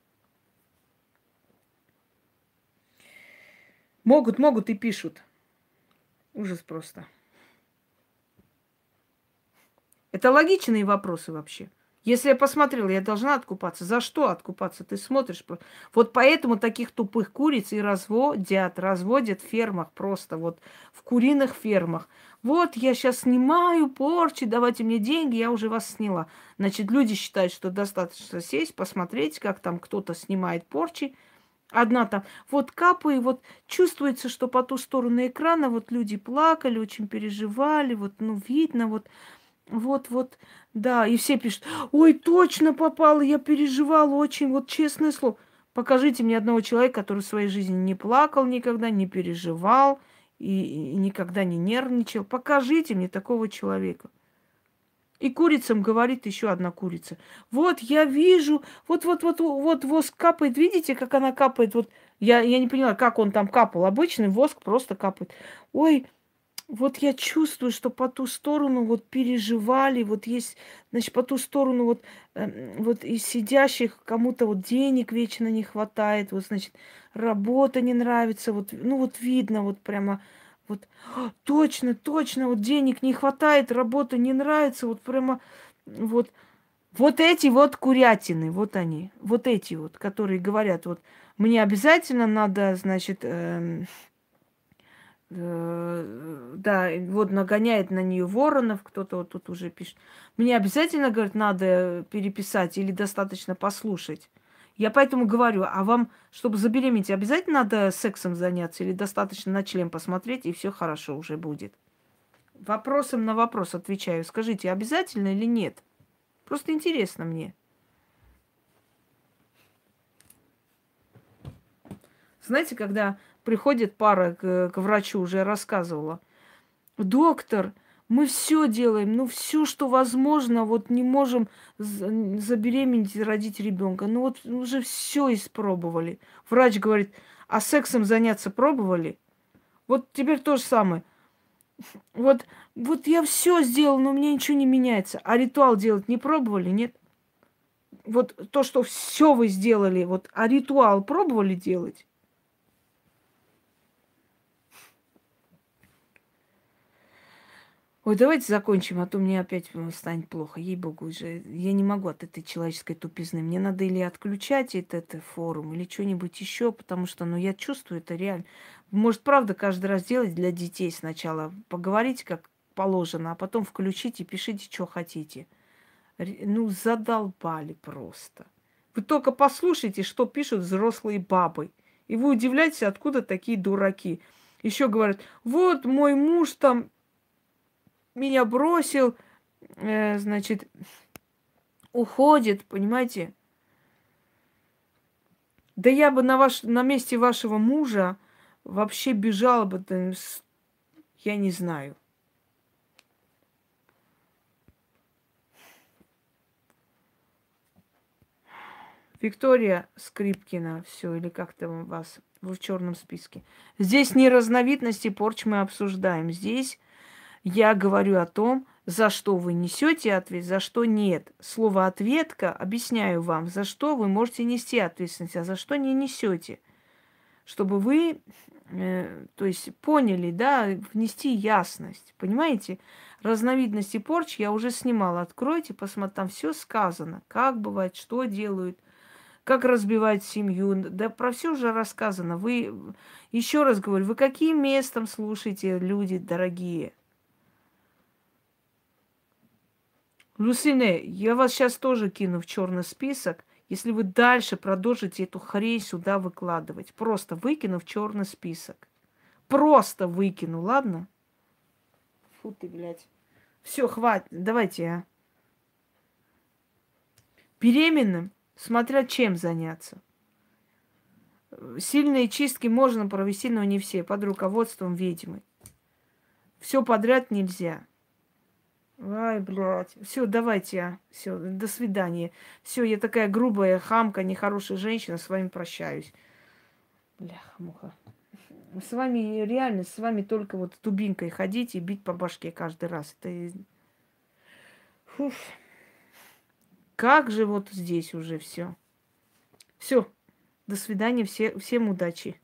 Могут и пишут. Ужас просто. Это логичные вопросы вообще. Если я посмотрела, я должна откупаться. За что откупаться? Ты смотришь. Вот поэтому таких тупых куриц и разводят в фермах просто. Вот в куриных фермах. Вот я сейчас снимаю порчи, давайте мне деньги, я уже вас сняла. Значит, люди считают, что достаточно сесть, посмотреть, как там кто-то снимает порчи. Одна там, вот капаю, вот чувствуется, что по ту сторону экрана вот люди плакали, очень переживали, вот, ну, видно, вот вот, да. И все пишут, ой, точно попала, я переживала очень, вот честное слово. Покажите мне одного человека, который в своей жизни не плакал никогда, не переживал и никогда не нервничал. Покажите мне такого человека. И курицам говорит еще одна курица. Вот я вижу, вот воск капает. Видите, как она капает? Вот я не поняла, как он там капал. Обычный воск просто капает. Ой, вот я чувствую, что по ту сторону вот переживали, вот есть, значит, по ту сторону вот, вот из сидящих кому-то вот денег вечно не хватает, вот, значит, работа не нравится, вот, ну вот видно вот прямо, вот, точно, точно, вот денег не хватает, работа не нравится, вот прямо, вот, вот эти вот курятины, вот они, вот эти вот, которые говорят, вот, мне обязательно надо, значит, да, и вот нагоняет на нее воронов, кто-то вот тут уже пишет. Мне обязательно, говорит, надо переписать или достаточно послушать. Я поэтому говорю, а вам, чтобы забеременеть, обязательно надо сексом заняться или достаточно на член посмотреть, и все хорошо уже будет? Вопросом на вопрос отвечаю. Скажите, обязательно или нет? Просто интересно мне. Знаете, когда приходит пара к врачу, уже рассказывала, доктор, мы все делаем, ну все, что возможно, вот не можем забеременеть и родить ребенка. Ну вот уже все испробовали. Врач говорит, а сексом заняться пробовали? Вот теперь то же самое. Вот я все сделал, но у меня ничего не меняется. А ритуал делать не пробовали? Нет. Вот то, что все вы сделали, вот, а ритуал пробовали делать? Ой, давайте закончим, а то мне опять станет плохо. Ей-богу, уже я не могу от этой человеческой тупизны. Мне надо или отключать этот форум, или что-нибудь еще, потому что, ну, я чувствую это реально. Может, правда, каждый раз делать для детей сначала. Поговорить как положено, а потом включите и пишите, что хотите. Ну, задолбали просто. Вы только послушайте, что пишут взрослые бабы. И вы удивляетесь, откуда такие дураки. Еще говорят, вот мой муж там меня бросил, значит, уходит, понимаете? Да я бы на месте вашего мужа вообще бежала бы, да, я не знаю. Виктория Скрипкина, все, или как там у вас, вы в черном списке. Здесь не разновидности порч мы обсуждаем. Здесь я говорю о том, за что вы несете ответ, за что нет. Слово ответка объясняю вам, за что вы можете нести ответственность, а за что не несете. Чтобы вы, то есть, поняли, да, внести ясность. Понимаете? Разновидности порч я уже снимала. Откройте, посмотрите, там все сказано. Как бывает, что делают, как разбивать семью. Да про все уже рассказано. Вы, еще раз говорю, вы каким местом слушаете, люди дорогие? Люсине, я вас сейчас тоже кину в черный список, если вы дальше продолжите эту хрень сюда выкладывать. Просто выкину в черный список. Просто выкину, ладно? Фу ты, блядь. Все, хватит, давайте, а. Беременным, смотря чем заняться. Сильные чистки можно провести, но не все, под руководством ведьмы. Все подряд нельзя. Ай, блядь. Все, давайте, а. Все, до свидания. Все, я такая грубая хамка, нехорошая женщина, с вами прощаюсь. Бляха-муха. С вами реально, с вами только вот дубинкой ходить и бить по башке каждый раз. Это... Фуф. Как же вот здесь уже все. Все. До свидания. Всем удачи.